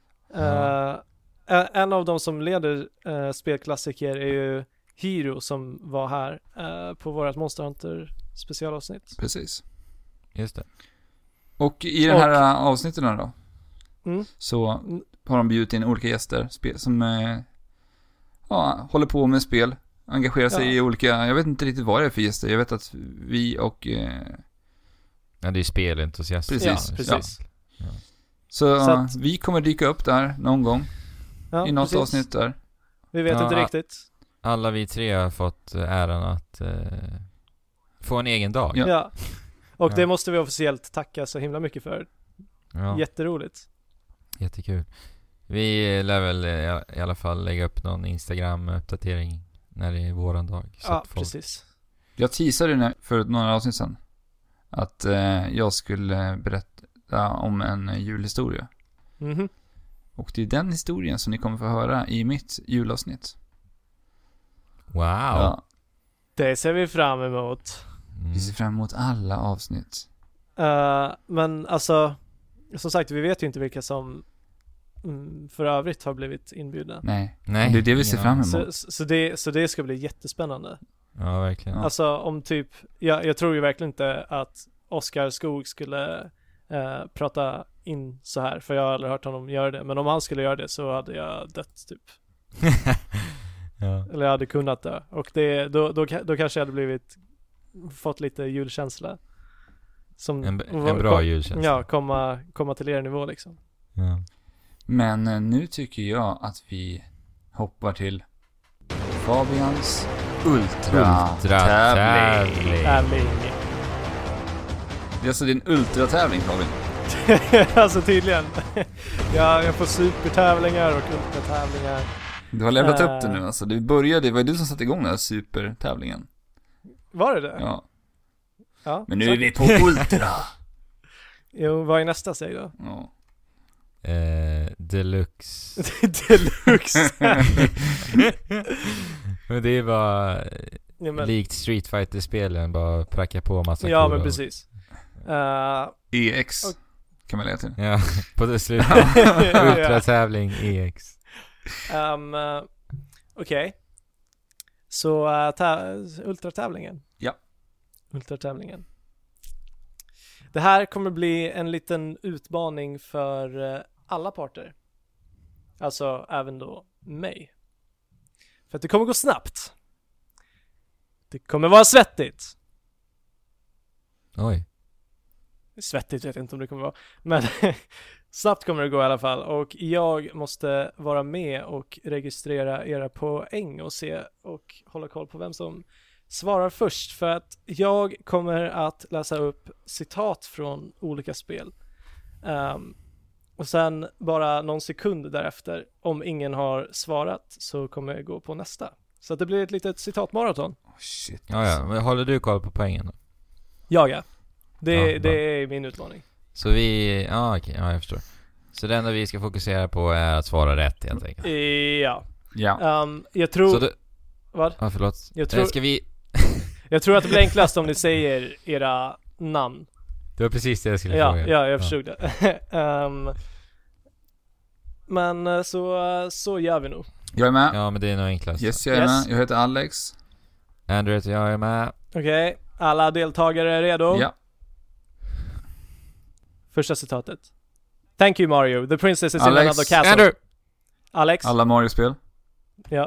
En av de som leder Spelklassiker är ju Hiro, som var här på vårat Monster Hunter specialavsnitt. Precis. Just det. Och i den här avsnitten då så har de bjudit in olika gäster som håller på med spel, engagerar sig i olika, jag vet inte riktigt vad det är för gäster. Jag vet att vi och ja, det är spelentusiaster. Precis. Ja. Så vi kommer dyka upp där någon gång i något avsnitt där. Vi vet inte riktigt. Alla vi 3 har fått äran att få en egen dag. Ja. Och det måste vi officiellt tacka så himla mycket för. Ja. Jätteroligt. Jättekul. Vi lär väl i alla fall lägga upp någon Instagram-uppdatering när det är våran dag. Så precis. Jag teasade för några avsnitt sedan att jag skulle berätta om en julhistoria. Och det är den historien som ni kommer få höra i mitt julavsnitt. Wow. Ja. Det ser vi fram emot. Vi ser fram emot alla avsnitt. Men alltså, som sagt, vi vet ju inte vilka som för övrigt har blivit inbjudna. Nej. Det är det vi ser fram emot. Så det ska bli jättespännande. Ja, verkligen. Ja. Alltså om typ, jag tror ju verkligen inte att Oskar Skog skulle prata in så här, för jag har aldrig hört honom göra det. Men om han skulle göra det så hade jag dött typ. Ja. Eller jag hade kunnat dö. Och då kanske jag hade fått lite julkänsla. Som en bra julkänsla. Ja, komma till er nivå liksom. Ja. Men nu tycker jag att vi hoppar till Fabians ultratävling. Det är alltså din ultratävling, Fabian. Alltså tydligen. Jag får supertävlingar och ultratävlingar. Du har levlat upp det nu alltså. Det var du som satte igång den här supertävlingen. Var det? Ja. Men nu så. är vi på ultra. Jo, vad är nästa steg då? Ja. Deluxe. Deluxe. Men det är bara likt Street Fighter-spelen, bara pracka på massa ja, men precis. EX kan man lägga till. Ja, på det slutet. Ultratävling EX. Okej. Så ultratävlingen. Ja. Ultratävlingen. Det här kommer bli en liten utmaning för alla parter. Alltså även då mig. För att det kommer gå snabbt. Det kommer vara svettigt. Oj. Svettigt vet jag inte om det kommer vara. Men snabbt kommer det gå i alla fall. Och jag måste vara med och registrera era poäng och se och hålla koll på vem som svarar först. För att jag kommer att läsa upp citat från olika spel. Och sen bara någon sekund därefter, om ingen har svarat, så kommer jag gå på nästa. Så att det blir ett litet citatmaraton. Shit. Ja. Men håller du koll på poängen då? Ja. Det är min utmaning. Så vi... okej, jag förstår. Så det enda vi ska fokusera på är att svara rätt, helt enkelt. Ja. Jag tror... Så du... Vad? Ja, förlåt. Jag tror... Ska vi... Jag tror att det blir enklast om ni säger era namn. Det var precis det jag skulle Ja, fråga. ja, jag förstod det. Men så gör vi nog. Jag är med. Ja, men det är nog enklast. Yes, jag är med. Jag heter Alex. Andrew heter jag är med. Okej, alla deltagare är redo? Ja. Första citatet. Thank you Mario, the princess is in Alex. another castle. Andrew! Alex. Alla Mario-spel. Ja.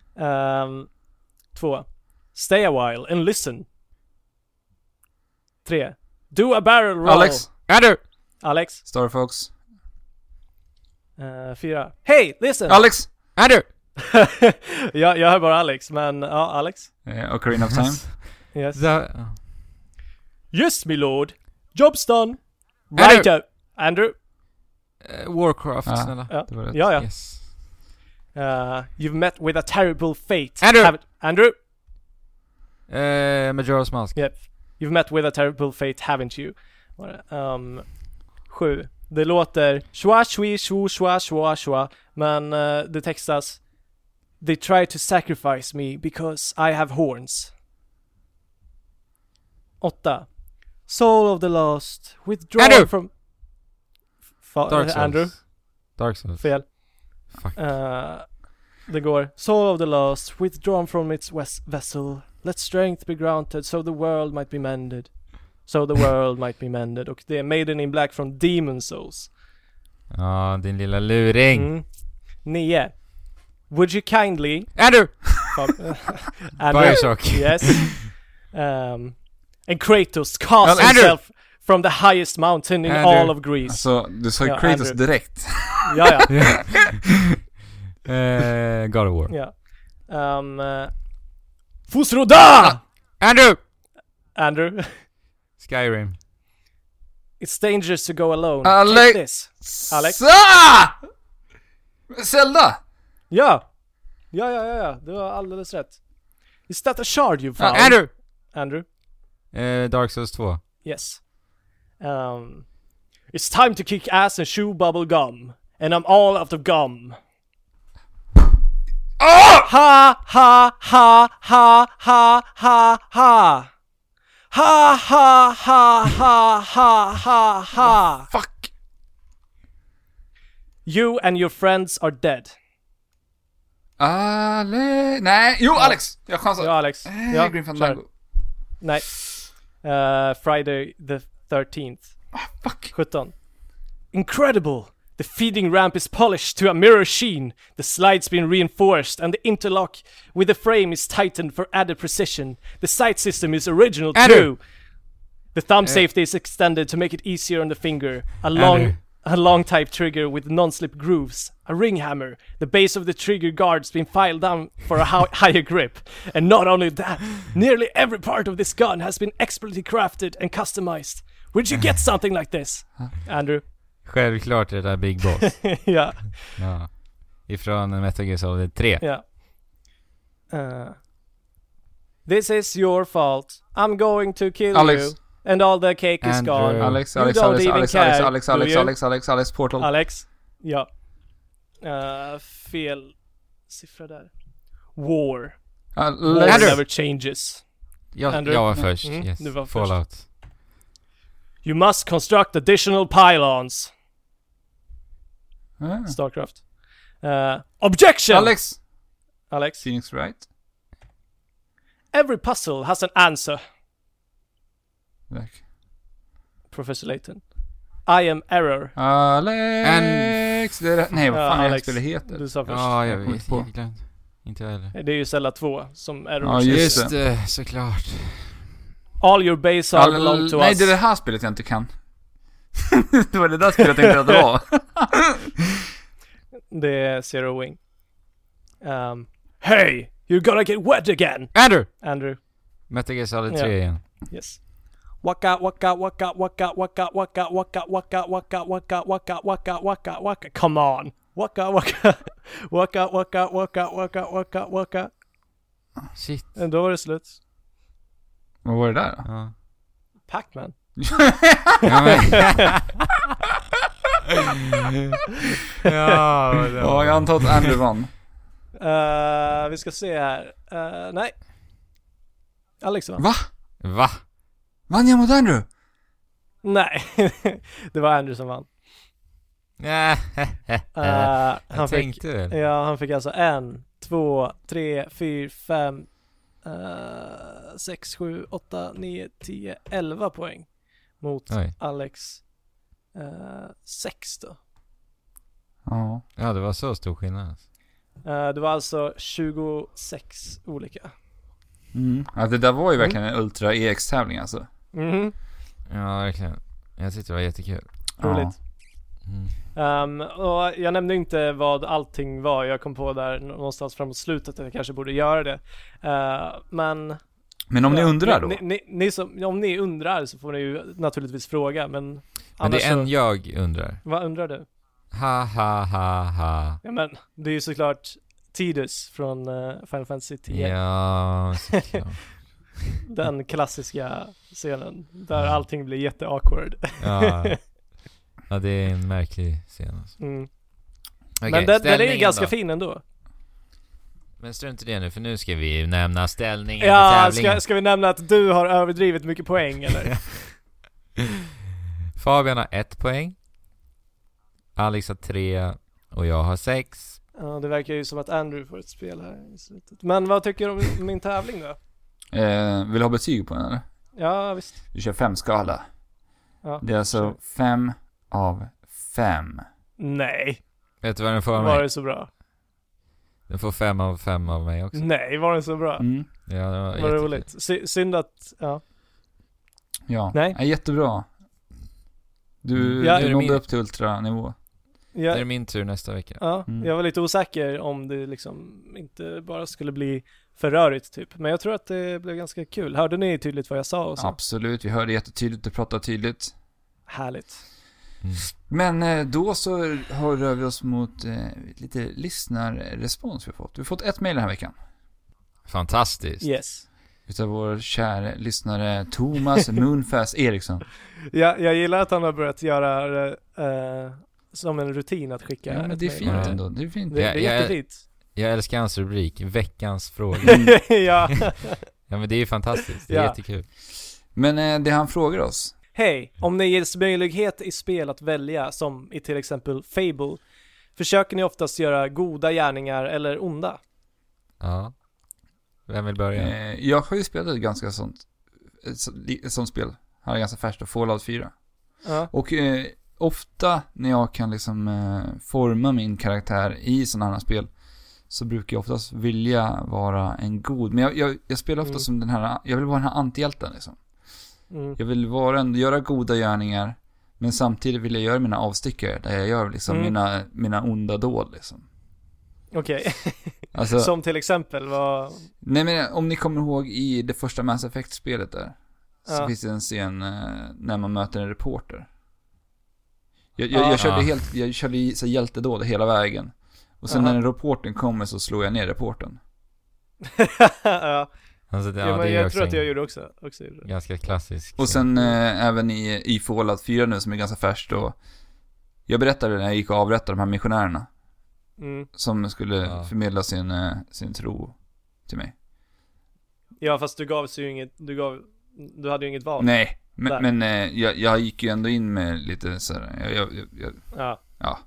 2. Stay a while and listen. 3. Do a barrel roll. Alex. Andrew! Alex. Star Fox. 4. Hey, listen! Alex. Andrew! Ja, jag hör bara Alex, men ja, Alex. Ocarina of Time. Yes. Yes, my lord. Job's done. Andrew. Right. Andrew. Warcraft, Ja. snälla. Ja, Det var rätt. ja. Yes. You've met with a terrible fate. Andrew. Andrew. Majora's Mask. Yep. You've met with a terrible fate, haven't you? 7. Det låter shwa shwi shwa shwa shwa shwa, men det textas They try to sacrifice me because I have horns. 8. Soul of the lost, withdraw Andrew! from Dark Souls. Andrew. Dark Souls. Fel. Fuck. Det går Soul of the lost, withdrawn from its vessel. Let strength be granted so the world might be mended. Och det är Maiden in Black från Demon Souls. Ja, din lilla luring. 9. Would you kindly Andrew! Andrew. Bioshock. Yes. And Kratos cast Andrew. himself from the highest mountain in Andrew. all of Greece. Alltså, du sa ju Ja, Kratos Andrew. direkt. Ja. God of War. Ja. Fusroda! Andrew. Skyrim. It's dangerous to go alone. Alex. Take this. Alex. Zelda! Ja. Du har alldeles rätt. Is that a shard you found? Andrew. Dark Souls 2. Yes. It's time to kick ass and chew bubble gum. And I'm all out of gum. Oh! Ha ha ha ha ha ha ha. Ha ha ha ha ha ha ha. Fuck! You and your friends are dead. Nej, jo Alex! Jag chansar. Ja, Alex. Ja, Grim kör. Fandango. Nej. Friday the 13th. Fuck. 17. Incredible! The feeding ramp is polished to a mirror sheen. The slide's been reinforced and the interlock with the frame is tightened for added precision. The sight system is original too. The thumb safety is extended to make it easier on the finger. A long type trigger with non-slip grooves. A ring hammer. The base of the trigger guard's been filed down for a higher grip. And not only that, nearly every part of this gun has been expertly crafted and customized. Where'd you get something like this? Andrew? Självklart är det där Big Boss. Ja. Ja. Ifrån Metal Gear Solid 3. Ja. This is your fault. I'm going to kill Alex. you. And all the cake is Andrew. gone. Alex, You don't even care, do you? Alex, Portal. Alex. Ja. Fel siffra där. War. War Alex. never changes. Jag var först. Yes. Du var först. Fallout. You must construct additional pylons. Ah. Starcraft. Objection! Alex. Phoenix Wright. Every puzzle has an answer. Back. Professor Layton. I am error. Alex! Det är det. Nej, vad fan är det Alex, spelet heter? du sa först. Ja, jag Jag kommer vet inte på. inte. Inte jag heller. Det är ju Zelda 2 som error. Ja, just Just det, såklart. All your base are belong to Nej, us. det är det här spelet jag inte kan. Det var det där spelet jag tänkte att det var. Det är Zero Wing. Hey! You're gonna get wet again! Andrew. Metal Gear Solid 3 Ja. igen. Yes. Waka waka waka waka waka waka waka waka waka waka waka waka waka waka. Come on. Waka waka waka waka waka waka waka waka. Shit. Då var det slut. Vad var det där då? Ja. Pac-Man. Ja, Ja, jag antar att Andrew vann. Vi ska se här. Nej. Alex va? Va? Va? Vann jag mot Andrew? Nej, det var Andrew som vann. Jag tänkte väl. Ja, han fick alltså 1, 2, 3, 4, 5, 6, 7, 8, 9, 10, 11 poäng mot Alex 6 då. Ja, det var så stor skillnad. Det var alltså 26 olika. Ja, det där var ju verkligen en Ultra EX-tävling alltså. Ja, verkligen. Jag tyckte det var jättekul. Roligt. Och jag nämnde inte vad allting var. Jag kom på där någonstans framåt slutet att jag kanske borde göra det. Men om ni undrar då? Om ni undrar så får ni ju naturligtvis fråga. Men det är en jag undrar. Vad undrar du? Ha. Ja, men det är ju såklart Tidus från Final Fantasy 10. Ja, såklart. Den klassiska scenen där allting blir jätte-awkward. Ja, det är en märklig scen alltså. Okay, men den är ju ganska fin ändå. Men strunt i det nu, för nu ska vi nämna ställningen. Ja, ska vi nämna att du har överdrivit mycket poäng, eller? Fabian har 1 poäng. Alex har 3 och jag har 6. Ja, det verkar ju som att Andrew får ett spel här i slutet. Men vad tycker du om min tävling då? Vill du ha betyg på den eller? Ja, visst. Du kör 5-skala. Ja, det är alltså 5 av 5. Nej. Vet du vad den får av mig? Var det så bra? Den får 5 av 5 av mig också. Nej, var den så bra? Ja, det var roligt. Synd att, Ja, nej. Jättebra. Du nådde upp till ultranivå. Det är min tur nästa vecka. Ja, jag var lite osäker om det liksom inte bara skulle bli för rörigt typ. Men jag tror att det blev ganska kul. Hörde ni tydligt vad jag sa? Och så? Absolut, vi hörde jättetydligt, du pratade tydligt. Härligt. Men då så rör vi oss mot lite lyssnarrespons vi har fått. Vi har fått 1 mejl den här veckan. Fantastiskt. Yes. Utav vår kära lyssnare Thomas Moonfast Eriksson. Jag gillar att han har börjat göra som en rutin att skicka. Ja, men det är fint ändå. Det är fint. Det är jättefint. Jag älskar hans rubrik, veckans fråga. Ja. Ja, men det är fantastiskt. Det är jättekul. Men det han frågar oss. Hej, om ni ges möjlighet i spel att välja, som i till exempel Fable, försöker ni oftast göra goda gärningar eller onda? Ja. Vem vill börja? Jag har ju spelat ett ganska sånt spel. Han är ganska färskt, Fallout 4. Och ofta när jag kan liksom forma min karaktär i sådana här spel, så brukar jag oftast vilja vara en god. Men jag spelar ofta som den här, jag vill vara den här antihjälten liksom. Jag vill göra goda gärningar, men samtidigt vill jag göra mina avstickare där jag gör liksom mina onda dåd liksom. Okej. Alltså, som till exempel vad... Nej, men om ni kommer ihåg i det första Mass Effect-spelet där, så finns det en scen när man möter en reporter. Jag körde så hjältedåd hela vägen. Och sen när reportern kommer så slår jag ner reportern. Ja. Alltså men jag tror att jag gjorde också ganska klassisk. Och sen även i Fallout 4 nu som är ganska färskt, och jag berättade när jag gick och avrättade de här missionärerna som skulle förmedla sin tro till mig. Ja, fast du hade ju inget val. Nej, men jag gick ju ändå in med lite så här, ja.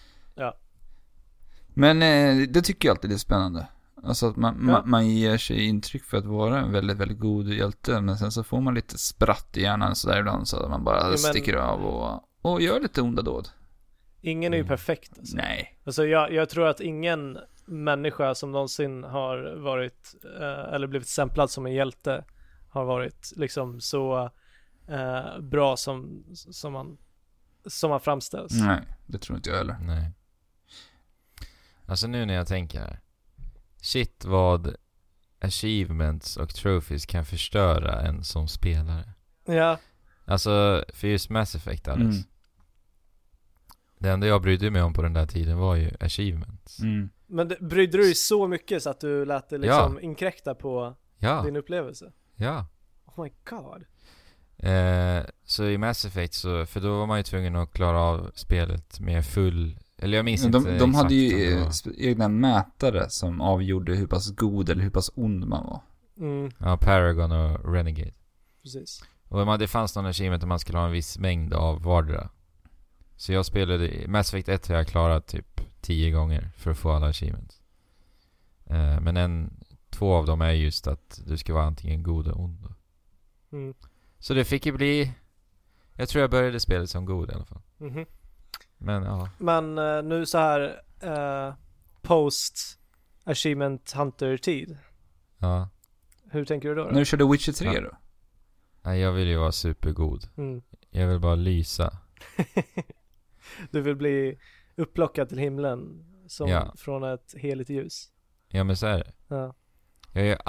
Men det tycker jag alltid är spännande. Alltså att man ger sig intryck för att vara en väldigt, väldigt god hjälte, men sen så får man lite spratt i hjärnan så där ibland, så att man bara sticker av och gör lite onda dåd. Ingen är ju perfekt alltså. Nej. Alltså jag tror att ingen människa som någonsin har varit eller blivit stämplad som en hjälte har varit liksom så bra som man framställs. Nej, det tror inte jag heller. Nej. Alltså nu när jag tänker här, shit vad achievements och trophies kan förstöra en som spelare. Ja. Alltså för just Mass Effect, Alex. Det enda jag brydde mig om på den där tiden var ju achievements. Men brydde du dig så mycket så att du lät det liksom inkräkta på din upplevelse? Ja. Oh my god. Så i Mass Effect så, för då var man ju tvungen att klara av spelet med full, eller jag minns inte de hade ju egna mätare som avgjorde hur pass god eller hur pass ond man var. Ja, Paragon och Renegade. Precis. Och det fanns någon achievement om man skulle ha en viss mängd av vardera. Så jag spelade Mass Effect 1 har jag klarat typ 10 gånger för att få alla achievements. Men 2 av dem är just att du ska vara antingen god och ond. Så det fick ju bli... Jag tror jag började spelet som god i alla fall. Men ja. Men nu så här post Achievement Hunter-tid. Ja. Hur tänker du då? När du körde Witcher 3 då? Nej, jag vill ju vara supergod. Jag vill bara lysa. Du vill bli upplockad till himlen som från ett heligt ljus. Ja, men så är det. Ja. Jag gör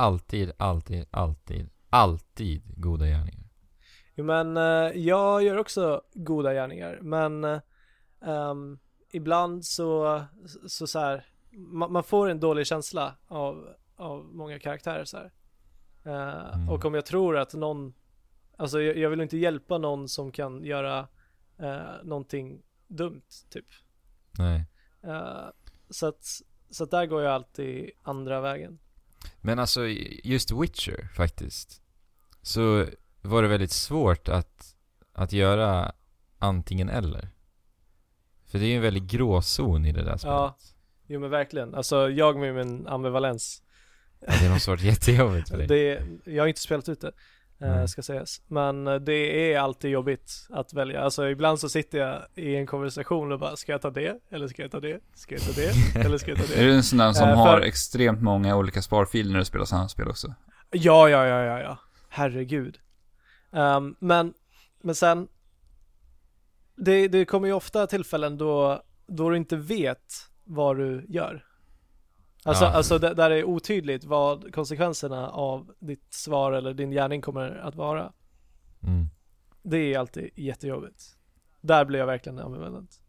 alltid goda gärningar. Jo, men jag gör också goda gärningar. Men ibland så här, man får en dålig känsla av många karaktärer så här. Och om jag tror att någon, alltså jag vill inte hjälpa någon som kan göra någonting dumt typ. Nej. Så att där går jag alltid andra vägen. Men alltså just Witcher faktiskt, så var det väldigt svårt att göra antingen eller. För det är ju en väldigt gråzon i det där spelet. Ja, jo men verkligen. Alltså jag med min ambivalens. Ja, det är något svårt jättejobbigt för dig. Jag har inte spelat ut det, ska sägas. Men det är alltid jobbigt att välja. Alltså ibland så sitter jag i en konversation och bara, ska jag ta det? Eller ska jag ta det? Ska jag ta det? Eller ska jag ta det? Är du en sån där som har extremt många olika sparfiler när du spelar samma spel också? Ja. Herregud. Men sen det kommer ju ofta tillfällen då du inte vet vad du gör. Alltså där det är otydligt vad konsekvenserna av ditt svar eller din gärning kommer att vara. Det är alltid jättejobbigt. Där blir jag verkligen ambivalent.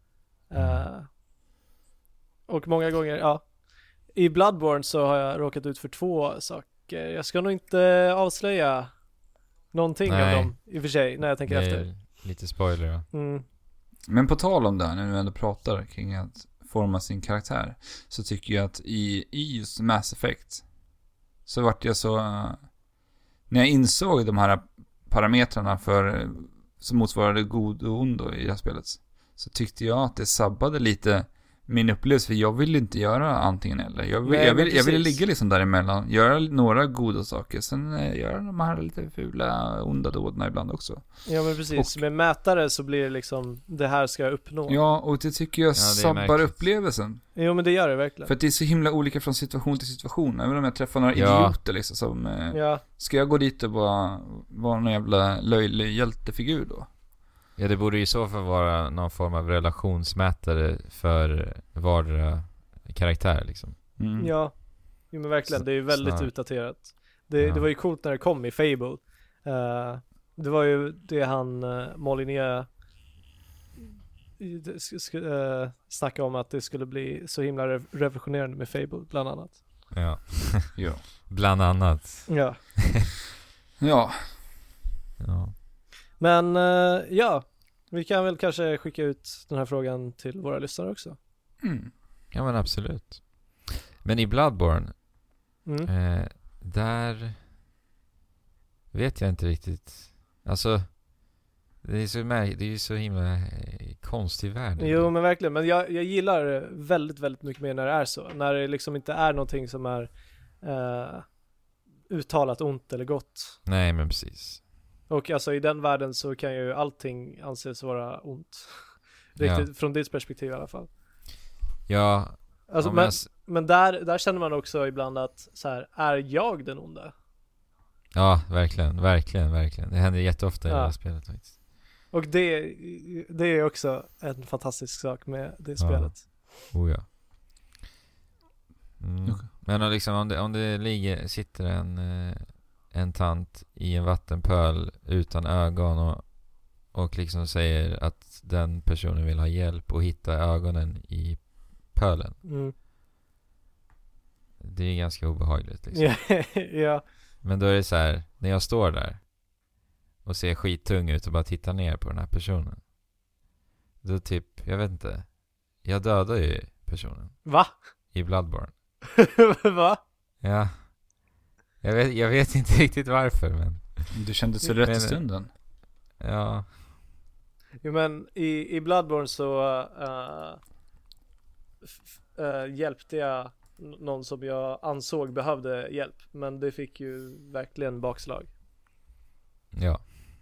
Och många gånger, i Bloodborne så har jag råkat ut för 2 saker. Jag ska nog inte avslöja någonting av dem i och för sig när jag tänker efter. Lite spoiler, ja. Men på tal om det här, när du ändå pratar kring att forma sin karaktär, så tycker jag att i just Mass Effect så vart jag så när jag insåg de här parametrarna för som motsvarade god och ond i det här spelet, så tyckte jag att det sabbade lite min upplevelse, för jag vill inte göra antingen eller. Jag vill ligga liksom däremellan, göra några goda saker, sen göra de här lite fula onda dådena ibland också. Ja men precis, med mätare så blir det liksom, det här ska jag uppnå. Ja, och det tycker jag sabbar upplevelsen. Jo men det gör det verkligen. För att det är så himla olika från situation till situation. Även om jag träffar några idioter liksom som ska jag gå dit och bara vara någon jävla löjlig hjältefigur då? Ja, det borde ju i så fall vara någon form av relationsmätare för vardera karaktär liksom. Ja, men verkligen, det är ju väldigt utdaterat. Det var ju coolt när det kom i Fable. Det var ju det han Molyneux snackade om, att det skulle bli så himla revolutionerande med Fable bland annat. Ja. Ja. Bland annat. Ja. Ja. Men vi kan väl kanske skicka ut den här frågan till våra lyssnare också. Ja men absolut. Men i Bloodborne där vet jag inte riktigt. Alltså det är ju så himla konstig värld. Jo men verkligen, men jag gillar väldigt, väldigt mycket mer när det är så. När det liksom inte är någonting som är uttalat ont eller gott. Nej men precis. Och alltså i den världen så kan ju allting anses vara ont. Riktigt, från ditt perspektiv i alla fall. Ja. Alltså, men där känner man också ibland att så här, är jag den onda? Ja, verkligen. Det händer jätteofta i det här spelet faktiskt. Och det är också en fantastisk sak med det spelet. Ja. Okay. Men liksom, om det sitter en tant i en vattenpöl utan ögon och liksom säger att den personen vill ha hjälp och hitta ögonen i pölen. Det är ganska obehagligt liksom. Ja. Men då är det så här, när jag står där och ser skittung ut och bara tittar ner på den här personen, då typ, jag vet inte, jag dödar ju personen. Va? I Bloodborne. Va? Ja. Jag vet inte riktigt varför, men du kände så rätt i stunden. Ja. Jo, men i Bloodborne så hjälpte jag någon som jag ansåg behövde hjälp. Men det fick ju verkligen bakslag. Ja.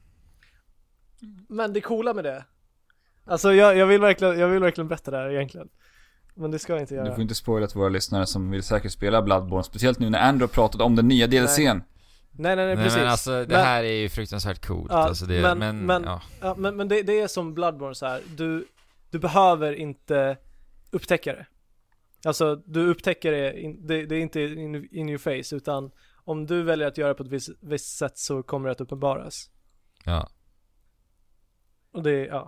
Men det coola med det, alltså jag vill verkligen berätta det här egentligen. Men det ska jag inte göra. Du får inte spoila till våra lyssnare som vill säkert spela Bloodborne. Speciellt nu när Andrew pratat om den nya DLC:n. Nej, precis. Men alltså det här är ju fruktansvärt coolt. Ja, alltså, det, men det är som Bloodborne så här. Du behöver inte upptäcka det. Alltså du upptäcker det är inte in your face, utan om du väljer att göra på ett visst sätt så kommer det att uppenbaras. Ja. Och det är,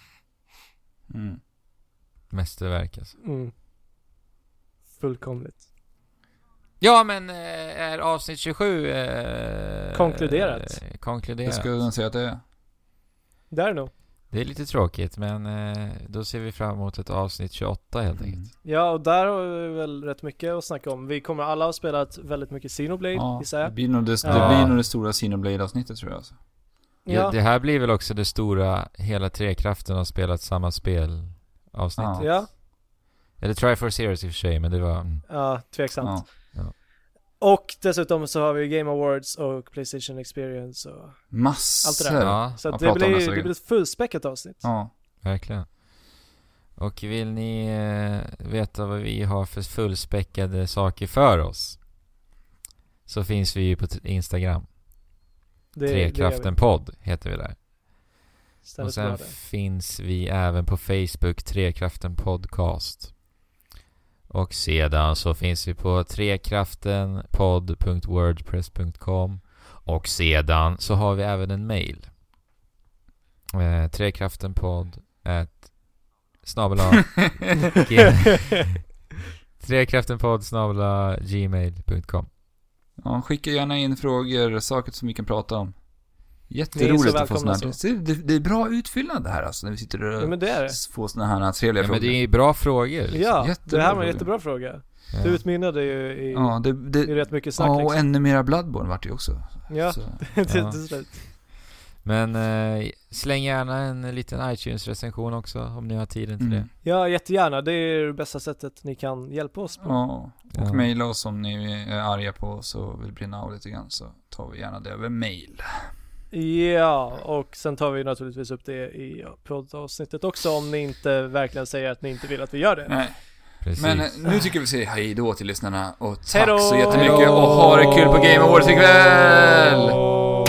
Mästerverk alltså. Fullkomligt. Ja, men är avsnitt 27 konkluderat? Det skulle jag säga att det är. Det är nog. Det är lite tråkigt, men då ser vi fram emot ett avsnitt 28 helt enkelt. Ja, och där har vi väl rätt mycket att snacka om. Vi kommer alla ha spelat väldigt mycket Xenoblade, gissar jag. Det blir nog det stora Xenoblade-avsnittet, tror jag alltså. Ja, det här blir väl också det stora, hela Trekraften har spelat samma spel avsnitt. Ja. Eller Triforce Heroes i och för sig, men det var... Ja, tveksamt. Ja. Och dessutom så har vi Game Awards och PlayStation Experience och massor. allt det där. Ja. Så att det blir ett fullspäckat avsnitt. Ja. Verkligen. Och vill ni veta vad vi har för fullspäckade saker för oss, så finns vi ju på Instagram. Trekraften podd heter vi där. Ständigt och sen finns vi även på Facebook, Trekraften podcast. Och sedan så finns vi på trekraftenpodd.wordpress.com. Och sedan så har vi även en mail. Trekraftenpodd trekraftenpodd@gmail.com. Ja, skicka gärna in frågor, saker som vi kan prata om. Jätteroligt att få såna här. Det är bra utfyllnad det här alltså, när vi sitter och får såna här trevliga frågor. Men det är bra frågor. Liksom. Ja, det här var en jättebra fråga. Ja. Det utmynnade ju i rätt mycket snack. Ja, och liksom. ännu mera Bloodborne vart det också. Ja, till slut. Men släng gärna en liten iTunes-recension också om ni har tiden till det. Ja, jättegärna. Det är det bästa sättet ni kan hjälpa oss på. Ja, och mejla oss om ni är arga på oss och vill brinna av lite grann, så tar vi gärna det över mail. Ja, och sen tar vi naturligtvis upp det i poddavsnittet också, om ni inte verkligen säger att ni inte vill att vi gör det. Nej. Precis. Men nu tycker vi säga hej då till lyssnarna och tack så jättemycket och ha det kul på Game Awards ikväll!